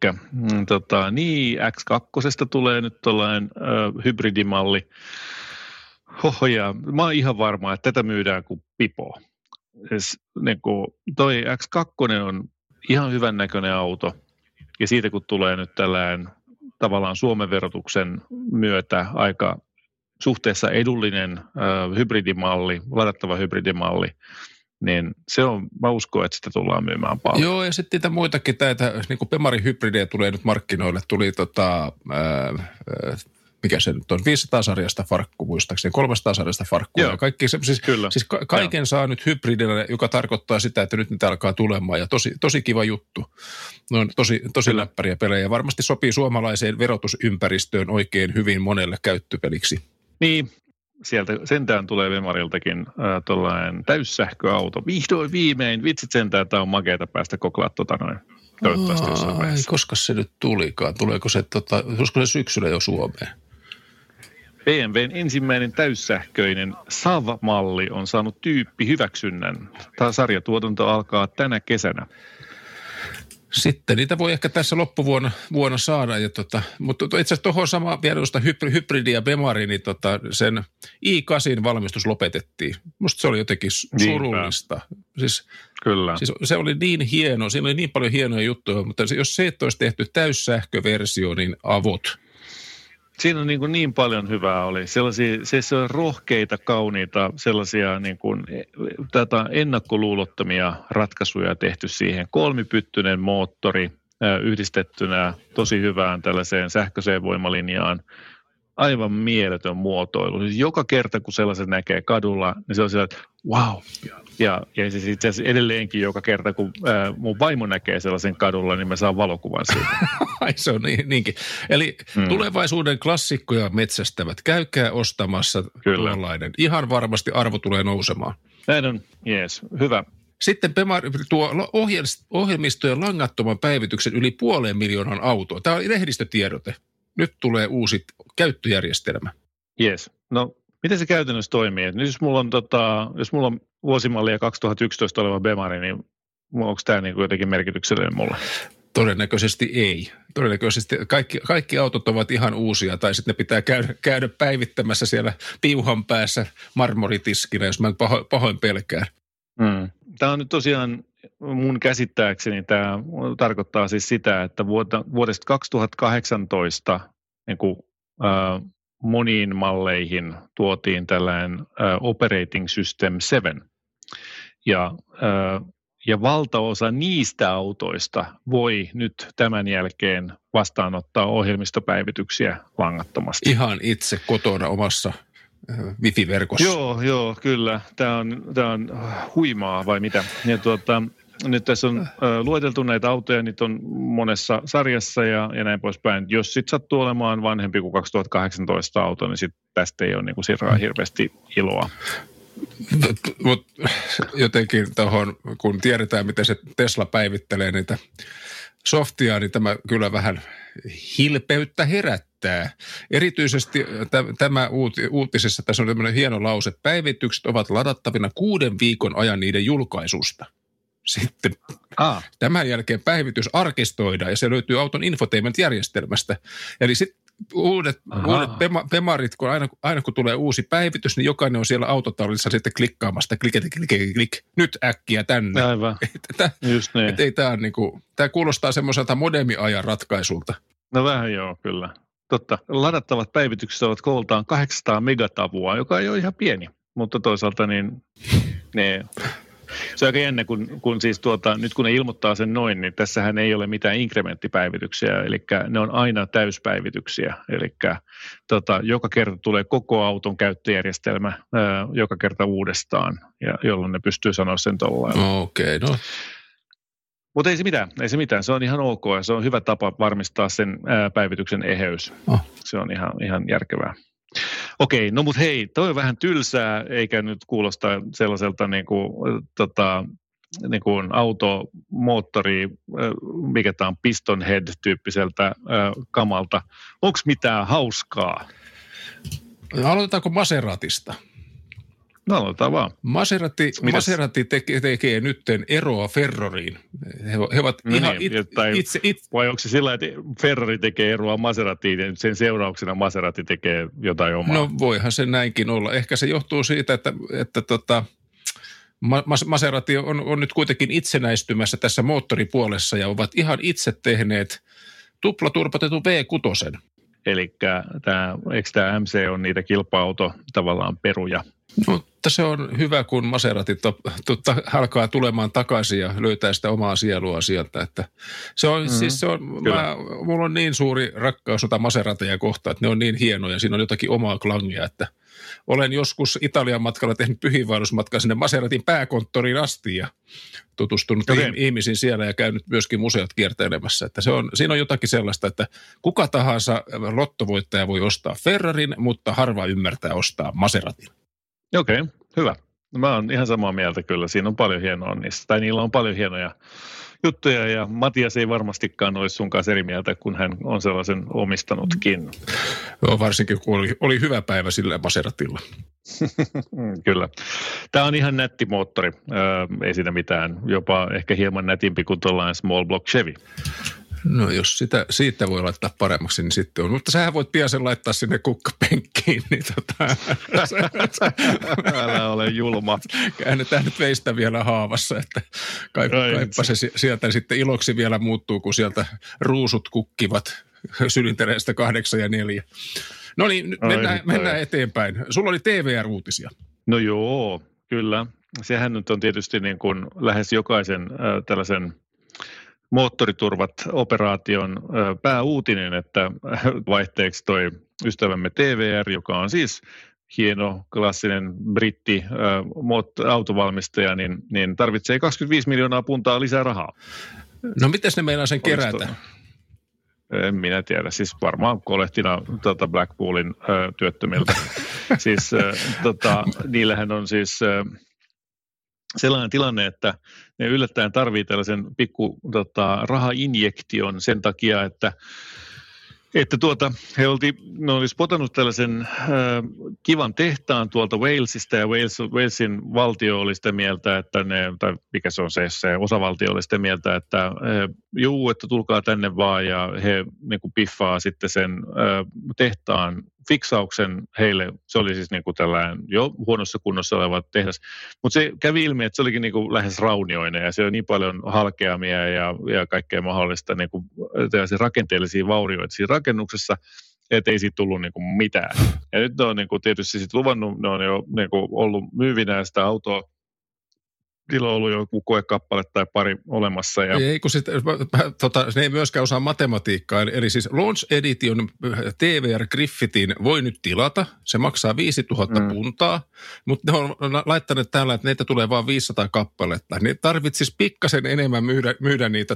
X2 tulee nyt tuollainen hybridimalli. Ja mä oon ihan varma, että tätä myydään kuin pipo. Niin toi X2 on ihan hyvän näköinen auto, ja siitä kun tulee nyt tällainen tavallaan Suomen verotuksen myötä aika suhteessa edullinen hybridimalli, ladattava hybridimalli, niin se on, mä uskon, että sitä tullaan myymään paljon. Joo, ja sitten niitä muitakin, niin kuin Bemarin hybridejä tulee nyt markkinoille, tuli mikä se nyt on, 500-sarjasta farkku muistaakseni, 300-sarjasta farkkua. Ja kaikki, siis kaiken saa nyt hybridillä, joka tarkoittaa sitä, että nyt niitä alkaa tulemaan. Ja tosi kiva juttu. Ne on tosi läppäriä pelejä. Varmasti sopii suomalaiseen verotusympäristöön oikein hyvin monelle käyttöpeliksi. Niin, sieltä sentään tulee Bemariltakin tuollainen täyssähköauto. Vihdoin viimein, vitsit sentään, tämä on makeata päästä koklaa noin. Toivottavasti jossain vaiheessa. Koska se nyt tulikaan? Tuleeko se syksyllä jo Suomeen? BMWn ensimmäinen täyssähköinen SAV-malli on saanut tyyppihyväksynnän. Tämä sarjatuotanto alkaa tänä kesänä. Sitten niitä voi ehkä tässä loppuvuonna saada. Mutta itse asiassa tuohon sama vielä tuosta hybridi ja Bemari, niin sen i8 valmistus lopetettiin. Musta se oli jotenkin surullista. Kyllä. Siis se oli niin hieno, siinä oli niin paljon hienoja juttuja, mutta jos se et olisi tehty täyssähköversio, niin avot. Siinä on niin paljon hyvää oli. Sellaisia rohkeita, kauniita, sellaisia ennakkoluulottomia ratkaisuja tehty siihen. 3-pyttyinen moottori yhdistettynä tosi hyvään tällaiseen sähköiseen voimalinjaan. Aivan mieletön muotoilu. Siis joka kerta, kun sellaisen näkee kadulla, niin se on siellä, että wow. Ja siis itse asiassa edelleenkin joka kerta, kun mun vaimo näkee sellaisen kadulla, niin mä saan valokuvan siitä. Ai se on niinkin. Eli tulevaisuuden klassikkoja metsästävät. Käykää ostamassa tuollainen. Ihan varmasti arvo tulee nousemaan. Näin on, jees, hyvä. Sitten tuo ohjelmistojen langattoman päivityksen yli 500,000 autoa. Tämä on lehdistötiedote. Nyt tulee uusi käyttöjärjestelmä. Jes. No, miten se käytännössä toimii? Nyt jos mulla on vuosimallia 2011 oleva Bemari, niin onko tämä jotenkin merkityksellinen mulle? Todennäköisesti ei. Todennäköisesti kaikki autot ovat ihan uusia, tai sitten ne pitää käydä päivittämässä siellä piuhan päässä marmoritiskinä, jos mä pahoin pelkään. Tämä on nyt tosiaan mun käsittääkseni, tämä tarkoittaa siis sitä, että vuodesta 2018 moniin malleihin tuotiin tällainen Operating System 7. Ja valtaosa niistä autoista voi nyt tämän jälkeen vastaanottaa ohjelmistopäivityksiä langattomasti. Ihan itse kotona omassa wifi-verkossa. Joo, kyllä. Tämä on huimaa vai mitä? Ja nyt tässä on lueteltu näitä autoja, niitä on monessa sarjassa ja näin poispäin. Jos sitten sattuu olemaan vanhempi kuin 2018 auto, niin sitten tästä ei ole hirveästi iloa. Mutta jotenkin tuohon, kun tiedetään, miten se Tesla päivittelee niitä softia, niin tämä kyllä vähän hilpeyttä herättää. Erityisesti tämä uutisessa, tässä on tämmöinen hieno lause, päivitykset ovat ladattavina 6 viikon ajan niiden julkaisusta. Sitten tämän jälkeen päivitys arkistoidaan ja se löytyy auton infotainment-järjestelmästä. Eli sitten uudet Bemarit, kun aina kun tulee uusi päivitys, niin jokainen on siellä autotallissa sitten klikkaamasta, klik, nyt äkkiä tänne. Aivan, just niin. Ei tämä kuulostaa semmoiselta modemiajan ratkaisulta. No vähän joo, kyllä. Totta. Ladattavat päivitykset ovat kooltaan 800 megatavua, joka ei ole ihan pieni, mutta toisaalta niin ne... Se on aika jännä, kun siis nyt kun ne ilmoittaa sen noin, niin tässähän ei ole mitään inkrementtipäivityksiä, eli ne on aina täyspäivityksiä. Eli joka kerta tulee koko auton käyttöjärjestelmä joka kerta uudestaan, jolloin ne pystyy sanoa sen tuolla lailla. Okei, no. Mutta ei se mitään, se on ihan ok ja se on hyvä tapa varmistaa sen päivityksen eheys. Se on ihan järkevää. Okei, no mut hei, toi on vähän tylsää, eikä nyt kuulosta sellaiselta niin kuin automoottori, mikä tämä on piston head-tyyppiseltä kamalta. Onko mitään hauskaa? Aloitetaanko Maseratista? No aloitetaan vaan. Maserati tekee nytten eroa Ferrariin. He ovat vai onko se sillä, että Ferrari tekee eroa Maseratiin ja sen seurauksena Maserati tekee jotain omaa? No voihan se näinkin olla. Ehkä se johtuu siitä, että Maserati on nyt kuitenkin itsenäistymässä tässä moottoripuolessa ja ovat ihan itse tehneet tuplaturpatetun V6. Elikkä eikö tämä MC on niitä kilpa-auto tavallaan peruja? No, mutta se on hyvä, kun Maserati alkaa tulemaan takaisin ja löytää sitä omaa sielua sieltä. Että mulla on niin suuri rakkaus Maserateja kohtaan, että ne on niin hienoja. Siinä on jotakin omaa klangia, että olen joskus Italian matkalla tehnyt pyhiinvaellusmatkaa sinne Maseratin pääkonttoriin asti ja tutustunut ihmisiin siellä ja käynyt myöskin museot kierteilemässä. Että siinä on jotakin sellaista, että kuka tahansa lottovoittaja voi ostaa Ferrarin, mutta harva ymmärtää ostaa Maseratin. Okei, hyvä. Mä oon ihan samaa mieltä kyllä. Siinä on paljon hienoa niistä. Tai niillä on paljon juttuja ja Matias ei varmastikaan olisi sun kanssa eri mieltä, kun hän on sellaisen omistanutkin. Joo, varsinkin kun oli hyvä päivä sillä Maseratilla. Kyllä. Tämä on ihan nätti moottori, ei siinä mitään, jopa ehkä hieman nätimpi kuin tuollainen small block Chevy. No jos siitä voi laittaa paremmaksi, niin sitten on. Mutta sähän voit pian sen laittaa sinne kukkapenkkiin, niin Älä ole julma. Käännetään nyt veistä vielä haavassa, että kaipa se sieltä sitten iloksi vielä muuttuu, kun sieltä ruusut kukkivat sylintereistä 8 ja 4. No niin, nyt mennään eteenpäin. Sulla oli TVR-uutisia. No joo, kyllä. Sehän nyt on tietysti niin kuin lähes jokaisen tällaisen moottoriturvat-operaation pääuutinen, että vaihteeksi toi ystävämme TVR, joka on siis hieno klassinen britti autovalmistaja, niin tarvitsee 25 miljoonaa puntaa lisää rahaa. No mites ne meinaa sen kerätä? En minä tiedä, siis varmaan kolehtina Blackpoolin työttömiltä. Siis niillähän on siis sellainen tilanne, että ne yllättäen tarvitsee tällaisen rahainjektion sen takia, että he oli spotannut tällaisen kivan tehtaan tuolta Walesista, ja Walesin valtio oli sitä mieltä, että tai mikä se on se osavaltio oli sitä mieltä, että että tulkaa tänne vaan, ja he niin kuin piffaa sitten sen tehtaan fiksauksen heille. Se oli siis niin kuin tällainen jo huonossa kunnossa oleva tehdas, mutta se kävi ilmi, että se olikin niin kuin lähes raunioinen, ja se on niin paljon halkeamia ja kaikkea mahdollista niin kuin rakenteellisia vaurioita siinä rakennuksessa, että ei siitä tullut niin kuin mitään. Ja nyt ne on niin kuin tietysti sit luvannut, ne on jo niin kuin ollut myyvinä sitä autoa. Niillä on ollut joku koekappale tai pari olemassa. Ja ei, kun ne ei myöskään osaa matematiikkaa. Eli siis Launch Edition TVR Griffithin voi nyt tilata. Se maksaa 5000 puntaa, mutta ne on laittaneet täällä, että neitä tulee vain 500 kappaletta. Ne tarvitsisi pikkasen enemmän myydä niitä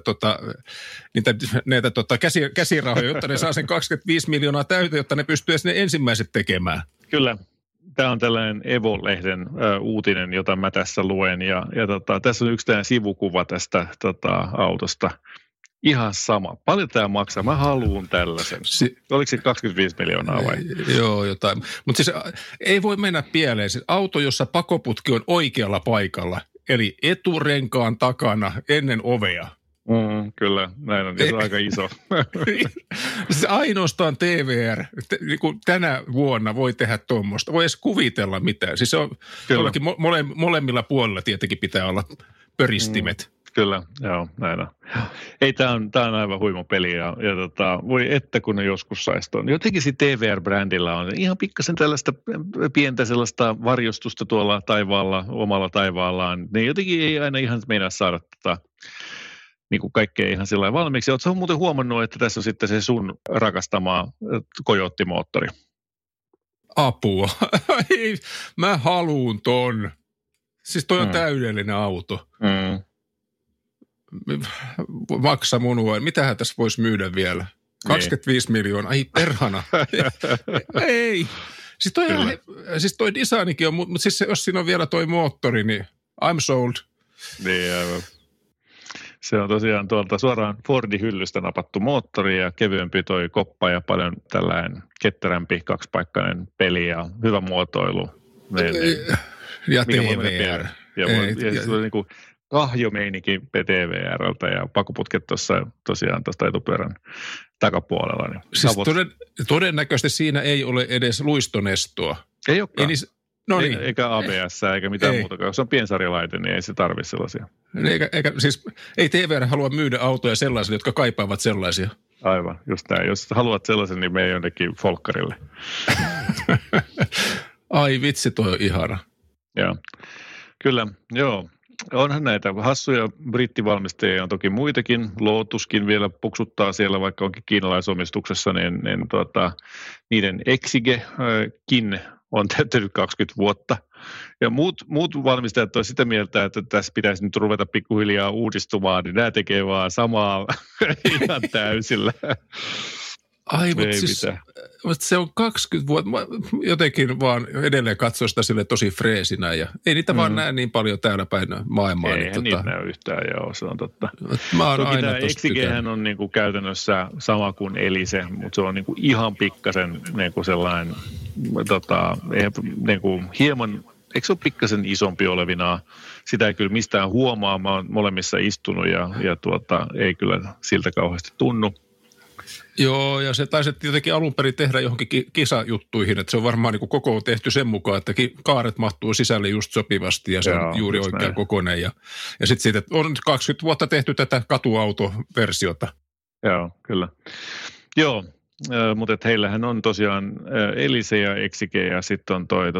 käsirahoja, jotta ne saa sen 25 miljoonaa täyteen, jotta ne pystyy ne ensimmäiset tekemään. Kyllä. Tämä on tällainen Evo-lehden uutinen, jota mä tässä luen, ja tässä on yksi tämä sivukuva tästä autosta. Ihan sama. Paljon tämä maksaa? Mä haluun tällaisen. Oliko se 25 miljoonaa vai? Joo, jotain. Mutta siis ei voi mennä pieleen. Siis auto, jossa pakoputki on oikealla paikalla, eli eturenkaan takana ennen ovea. Kyllä, näin on. Se on aika iso. Siis ainoastaan TVR niin kuin tänä vuonna voi tehdä tuommoista. Voi edes kuvitella mitään. Siis se on molemmilla puolilla tietenkin pitää olla pöristimet. Kyllä, joo, näin on. Ei, tämä on aivan huima peli ja voi että kun ne joskus saisi tuon. Jotenkin se TVR-brändillä on ihan pikkasen tällaista pientä sellaista varjostusta tuolla taivaalla, omalla taivaallaan. Ne jotenkin ei aina ihan meinaa saada niin kuin kaikkea ihan sillä lailla valmiiksi. Oletko muuten huomannut, että tässä on sitten se sun rakastamaa Coyote-moottori? Apua. Ei, mä haluun ton. Siis toi on täydellinen auto. Maksa munua. Mitähän tässä voisi myydä vielä? 25 miljoonaa. Ai perhana. Ei. Siis toi designikin on, mutta siis jos siinä on vielä toi moottori, niin I'm sold. Niin, aivan. Se on tosiaan tuolta suoraan Fordin hyllystä napattu moottori ja kevyempi toi koppa ja paljon tällainen ketterämpi kaksipaikkainen peli ja hyvä muotoilu. Ja TVR. Ja se on niin kuin kahjomeininki TVRltä ja pakoputket tuossa tosiaan tuosta etupyörän takapuolella. Niin siis todennäköisesti siinä ei ole edes luistonestoa. Ei olekaan. Niin. Eikä ABS eikä mitään muuta. Jos on piensarjalaite, niin ei se tarvitse sellaisia. Ei TVR halua myydä autoja sellaisille, jotka kaipaavat sellaisia. Aivan, just näin. Jos haluat sellaisen, niin mene jonnekin folkkarille. Ai vitsi, toi on ihana. Joo. Kyllä, joo. Onhan näitä hassuja brittivalmistajia on toki muitakin. Lotuskin vielä puksuttaa siellä, vaikka onkin kiinalaisomistuksessa, niin niiden Exigekin on täyttänyt 20 vuotta. Ja muut valmistajat ovat sitä mieltä, että tässä pitäisi nyt ruveta pikkuhiljaa uudistumaan, niin nämä tekee vaan samaa ihan täysillä. Ai, mutta se on 20 vuotta. Mä jotenkin vaan edelleen katsoin sitä sille tosi freesinä ja ei niitä vaan näe niin paljon täällä päin maailmaa. Eihän niitä näy yhtään, joo, se on totta. Mä oon toki aina tämä Exigehän on niinku käytännössä sama kuin Elise, mutta se on niinku ihan pikkasen niinku sellainen niinku hieman, eikö se ole pikkasen isompi olevinaan? Sitä ei kyllä mistään huomaa, mä oon molemmissa istunut ja ei kyllä siltä kauheasti tunnu. Joo, ja se taisi jotenkin alun perin tehdä johonkin kisajuttuihin, että se on varmaan niin koko tehty sen mukaan, että kaaret mahtuu sisälle just sopivasti ja se on juuri oikea kokoinen. Ja sitten siitä on 20 vuotta tehty tätä katuautoversiota. Joo, kyllä. Joo, mutta heillähän on tosiaan Elise ja Exige ja sitten on toi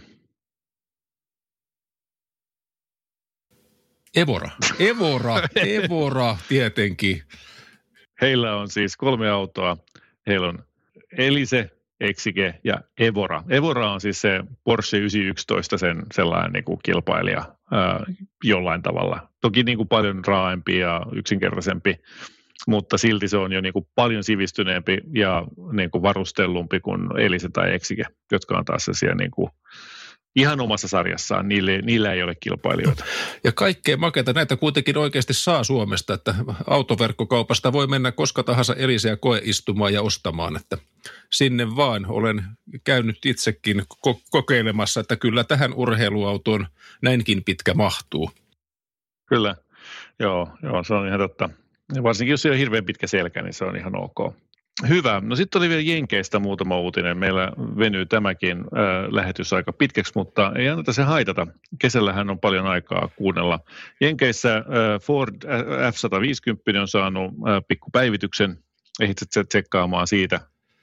Evora tietenkin. Heillä on siis 3 autoa. Heillä on Elise, Exige ja Evora. Evora on siis se Porsche 911 sen sellainen niin kuin kilpailija jollain tavalla. Toki niin kuin paljon raaempi ja yksinkertaisempi, mutta silti se on jo niin kuin paljon sivistyneempi ja niin kuin varustellumpi kuin Elise tai Exige, jotka on taas sellaisia niin kuin ihan omassa sarjassaan, niillä ei ole kilpailijoita. Ja kaikkea makeata näitä kuitenkin oikeasti saa Suomesta, että autoverkkokaupasta voi mennä koska tahansa Eliseä koeistumaan ja ostamaan, että sinne vaan olen käynyt itsekin kokeilemassa, että kyllä tähän urheiluautoon näinkin pitkä mahtuu. Kyllä, joo, se on ihan totta. Ja varsinkin jos ei ole hirveän pitkä selkä, niin se on ihan ok. Hyvä. No sitten oli vielä Jenkeistä muutama uutinen. Meillä venyy tämäkin lähetys aika pitkäksi, mutta ei anneta se haitata. Kesällähän on paljon aikaa kuunnella. Jenkeissä Ford F-150 on saanut pikkupäivityksen. Ehditset tsekkaamaan siitä?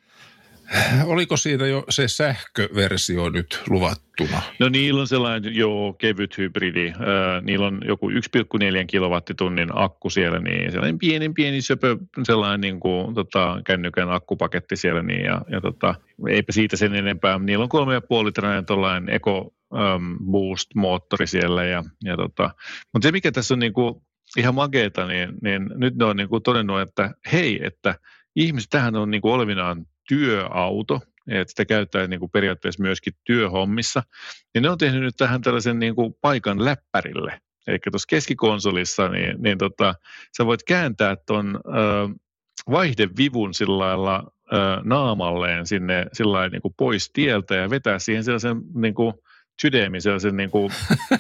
Oliko siinä jo se sähköversio nyt luvattuna? No niillä on sellainen kevyt hybridi. Niillä on joku 1,4 kilowattitunnin akku siellä, niin sellainen pieni söpö, sellainen niin kuin, kännykän akkupaketti siellä, niin, ja eipä siitä sen enempää. Niillä on 3,5-litrainen tuollainen Eco Boost-moottori siellä, mutta se mikä tässä on niin kuin ihan makeeta, niin nyt ne on niin kuin todennut, että hei, että ihmiset, tähän on niin kuin olevinaan työauto, että sitä käyttää niin kuin periaatteessa myöskin työhommissa, niin ne on tehnyt nyt tähän tällaisen niin kuin paikan läppärille. Eli tuossa keskikonsolissa, niin sä voit kääntää tuon vaihdevivun sillä lailla naamalleen sinne sillä niin kuin pois tieltä ja vetää siihen sellaisen niin kuin sydämin, sellaisen niin kuin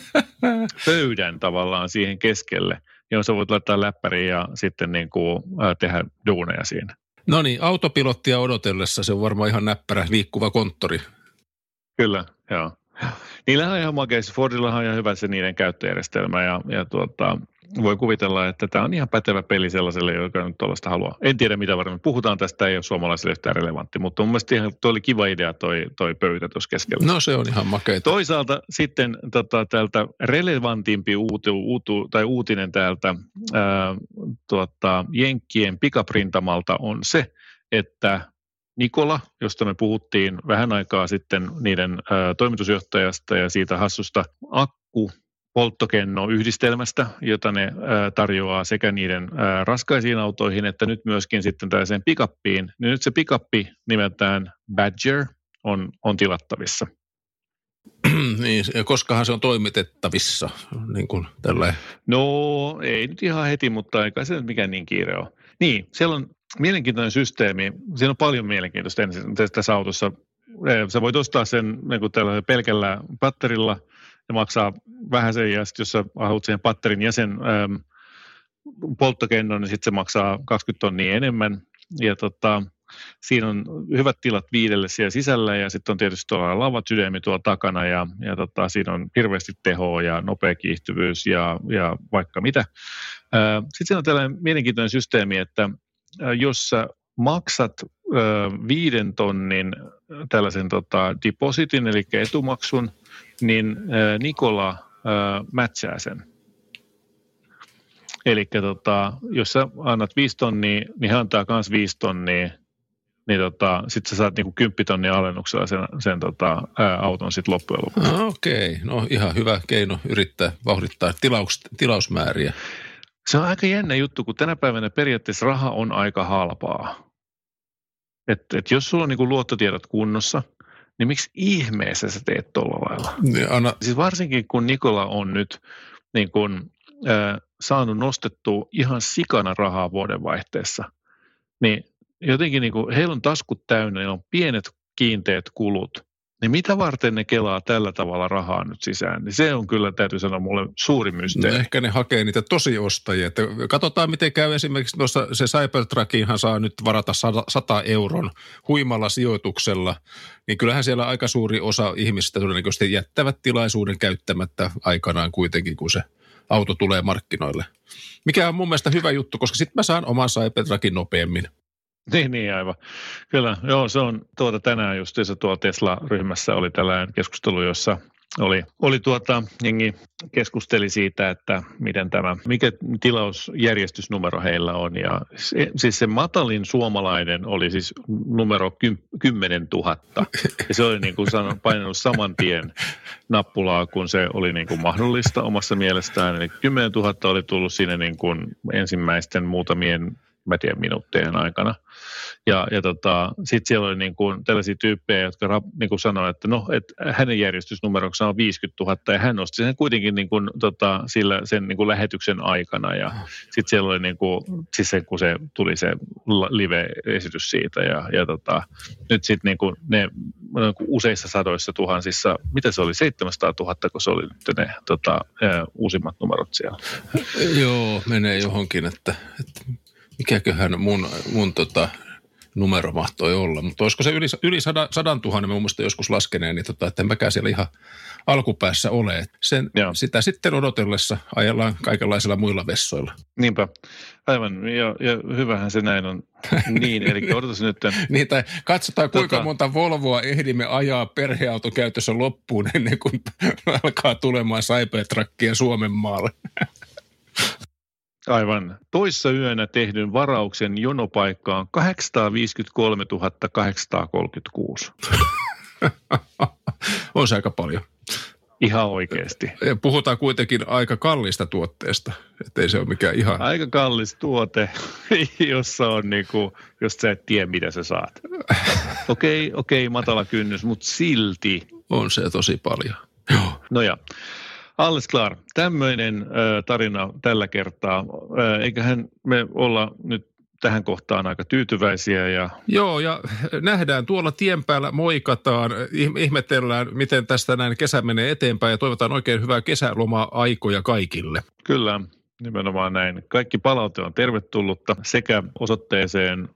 pöydän tavallaan siihen keskelle, johon sä voit laittaa läppäriin ja sitten niin kuin tehdä duuneja siinä. No niin, autopilottia odotellessa se on varmaan ihan näppärä liikkuva konttori. Kyllä, joo. Niillähän on ihan makeissa. Fordillahan on ihan hyvä se niiden käyttöjärjestelmä ja voi kuvitella, että tämä on ihan pätevä peli sellaiselle, joka nyt tuollaista haluaa. En tiedä mitä varmaan puhutaan tästä, ei ole suomalaisille yhtään relevantti, mutta mun mielestä ihan toi oli kiva idea toi pöytä tuossa keskellä. No se on ihan makeita. Toisaalta sitten täältä relevantimpi uutinen täältä Jenkkien pikaprintamalta on se, että Nikola, josta me puhuttiin vähän aikaa sitten niiden toimitusjohtajasta ja siitä hassusta polttokenno-yhdistelmästä, jota ne tarjoaa sekä niiden raskaisiin autoihin, että nyt myöskin sitten tällaiseen pikappiin. Nyt se pikappi nimeltään Badger on tilattavissa. Niin, koskahan se on toimitettavissa? Niin kuin tällainen. No, ei nyt ihan heti, mutta eikä se nyt mikään niin kiire ole. Niin, siellä on mielenkiintoinen systeemi. Siinä on paljon mielenkiintoista tässä autossa. Sä voit ostaa sen niin tällä pelkällä patterilla ja maksaa vähän sen, ja sitten jos sä haluat siihen patterin ja sen polttokennon, niin sitten se maksaa 20 tonnia enemmän. Ja siinä on hyvät tilat 5 siellä sisällä, ja sitten on tietysti tuolla lavat-sydämi tuolla takana, ja siinä on hirveästi tehoa ja nopea kiihtyvyys ja vaikka mitä. Sitten siinä on tällainen mielenkiintoinen systeemi, että jos sä maksat 5 tonnin tällaisen depositin, eli etumaksun, niin Nikola matchaa sen. Eli jos sä annat 5 tonnia, niin hän antaa myös 5 tonnia, niin sitten sä saat niinku 10 tonnia alennuksella sen auton sitten loppujen lopuksi. Okei, no ihan hyvä keino yrittää vauhdittaa tilausmääriä. Se on aika jännä juttu, kun tänä päivänä periaatteessa raha on aika halpaa. Että jos sulla on niin kuin luottotiedot kunnossa, niin miksi ihmeessä sä teet tuolla lailla? Siis varsinkin kun Nikola on nyt niin kuin, saanut nostettua ihan sikana rahaa vuodenvaihteessa, niin jotenkin niin kuin, heillä on taskut täynnä, ne on pienet kiinteät kulut. Niin mitä varten ne kelaa tällä tavalla rahaa nyt sisään? Niin se on kyllä, täytyy sanoa, mulle suuri mysteeri. No ehkä ne hakee niitä tosiostajia. Että katsotaan, miten käy esimerkiksi tuossa se Cybertruckinhan saa nyt varata 100 euron huimalla sijoituksella. Niin kyllähän siellä aika suuri osa ihmisistä todennäköisesti jättävät tilaisuuden käyttämättä aikanaan kuitenkin, kun se auto tulee markkinoille. Mikä on mun mielestä hyvä juttu, koska sitten mä saan oman Cybertruckin nopeammin. Niin aivan. Kyllä, joo, se on tänään justiinsa tuolla Tesla-ryhmässä oli tällainen keskustelu, jossa oli jengi keskusteli siitä, että mikä tilausjärjestysnumero heillä on. Ja siis se matalin suomalainen oli siis numero 10 000. Ja se oli niin kuin painanut saman tien nappulaa, kun se oli niin kuin mahdollista omassa mielestään. Eli 10 000 oli tullut siinä niin kuin ensimmäisten muutamien minuuttien aikana. Ja sitten siellä oli niin kuin tällaisia tyyppejä, jotka niin kuin sanoi, että hänen järjestysnumeroksensa on 50 000 ja hän nosti sen kuitenkin niin kuin, sen niin kuin lähetyksen aikana. Ja sitten siellä oli niin kuin, siis se, kun se tuli se live-esitys siitä ja nyt sitten niin kuin ne niin kuin useissa sadoissa tuhansissa, mitä se oli, 700 000, kun se oli nyt ne uusimmat numerot siellä. Joo, menee johonkin, että mikäköhän mun numero mahtoi olla, mutta olisiko se yli 100 000, mä muista joskus laskeneen, niin että en mäkään siellä ihan alkupäässä ole. Sitä sitten odotellessa ajellaan kaikenlaisilla muilla vessoilla. Niinpä, aivan, ja hyvähän se näin on. Niin, eli odotas nyt. Niin, tai katsotaan kuinka monta Volvoa ehdimme ajaa perheautokäytössä loppuun ennen kuin alkaa tulemaan Cybertruckia Suomen maalle. Aivan. Toissa yönä tehdyn varauksen jonopaikka on 853 836. On se aika paljon. Ihan oikeasti. Ja puhutaan kuitenkin aika kallista tuotteesta, ettei se ole mikään ihan... Aika kallis tuote, jossa on niinku, jos sä et tiedä, mitä sä saat. Okei, matala kynnys, mutta silti. On se tosi paljon. Joo. No ja. Alles klar. Tämmöinen tarina tällä kertaa. Eiköhän me olla nyt tähän kohtaan aika tyytyväisiä. Joo, ja nähdään tuolla tien päällä, moikataan, ihmetellään, miten tästä näin kesä menee eteenpäin ja toivotaan oikein hyvää kesäloma-aikoja kaikille. Kyllä, nimenomaan näin. Kaikki palaute on tervetullutta sekä osoitteeseen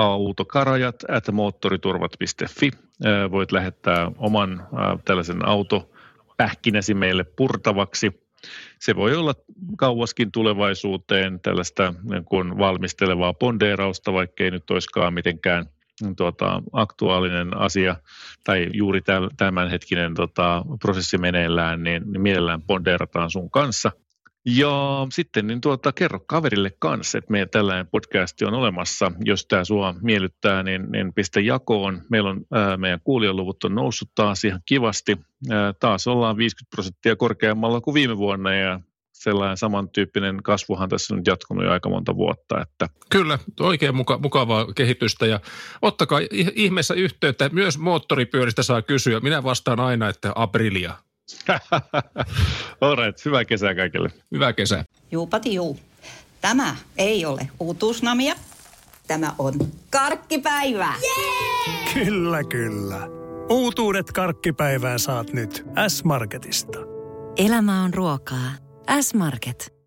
autokarajat@moottoriturvat.fi. Voit lähettää oman tällaisen pähkinäsi meille purtavaksi. Se voi olla kauaskin tulevaisuuteen tällaista niin kuin valmistelevaa pondeerausta, vaikkei nyt olisikaan mitenkään aktuaalinen asia tai juuri tämänhetkinen prosessi meneillään, niin mielellään pondeerataan sun kanssa. Ja sitten niin kerro kaverille kanssa, että meidän tällainen podcasti on olemassa. Jos tämä sua miellyttää, niin pistä jakoon. Meillä on meidän kuulijaluvut on noussut taas ihan kivasti. Taas ollaan 50% korkeammalla kuin viime vuonna ja sellainen samantyyppinen kasvuhan tässä on jatkunut jo aika monta vuotta. Että. Kyllä, oikein mukavaa kehitystä ja ottakaa ihmeessä yhteyttä. Myös moottoripyöristä saa kysyä. Minä vastaan aina, että Aprilia. Alright, hyvää kesää kaikille. Hyvää kesää. Juupati juu. Tämä ei ole uutuusnamia. Tämä on karkkipäivää. Yeah! Kyllä. Uutuudet karkkipäivään saat nyt S-Marketista. Elämä on ruokaa. S-Market.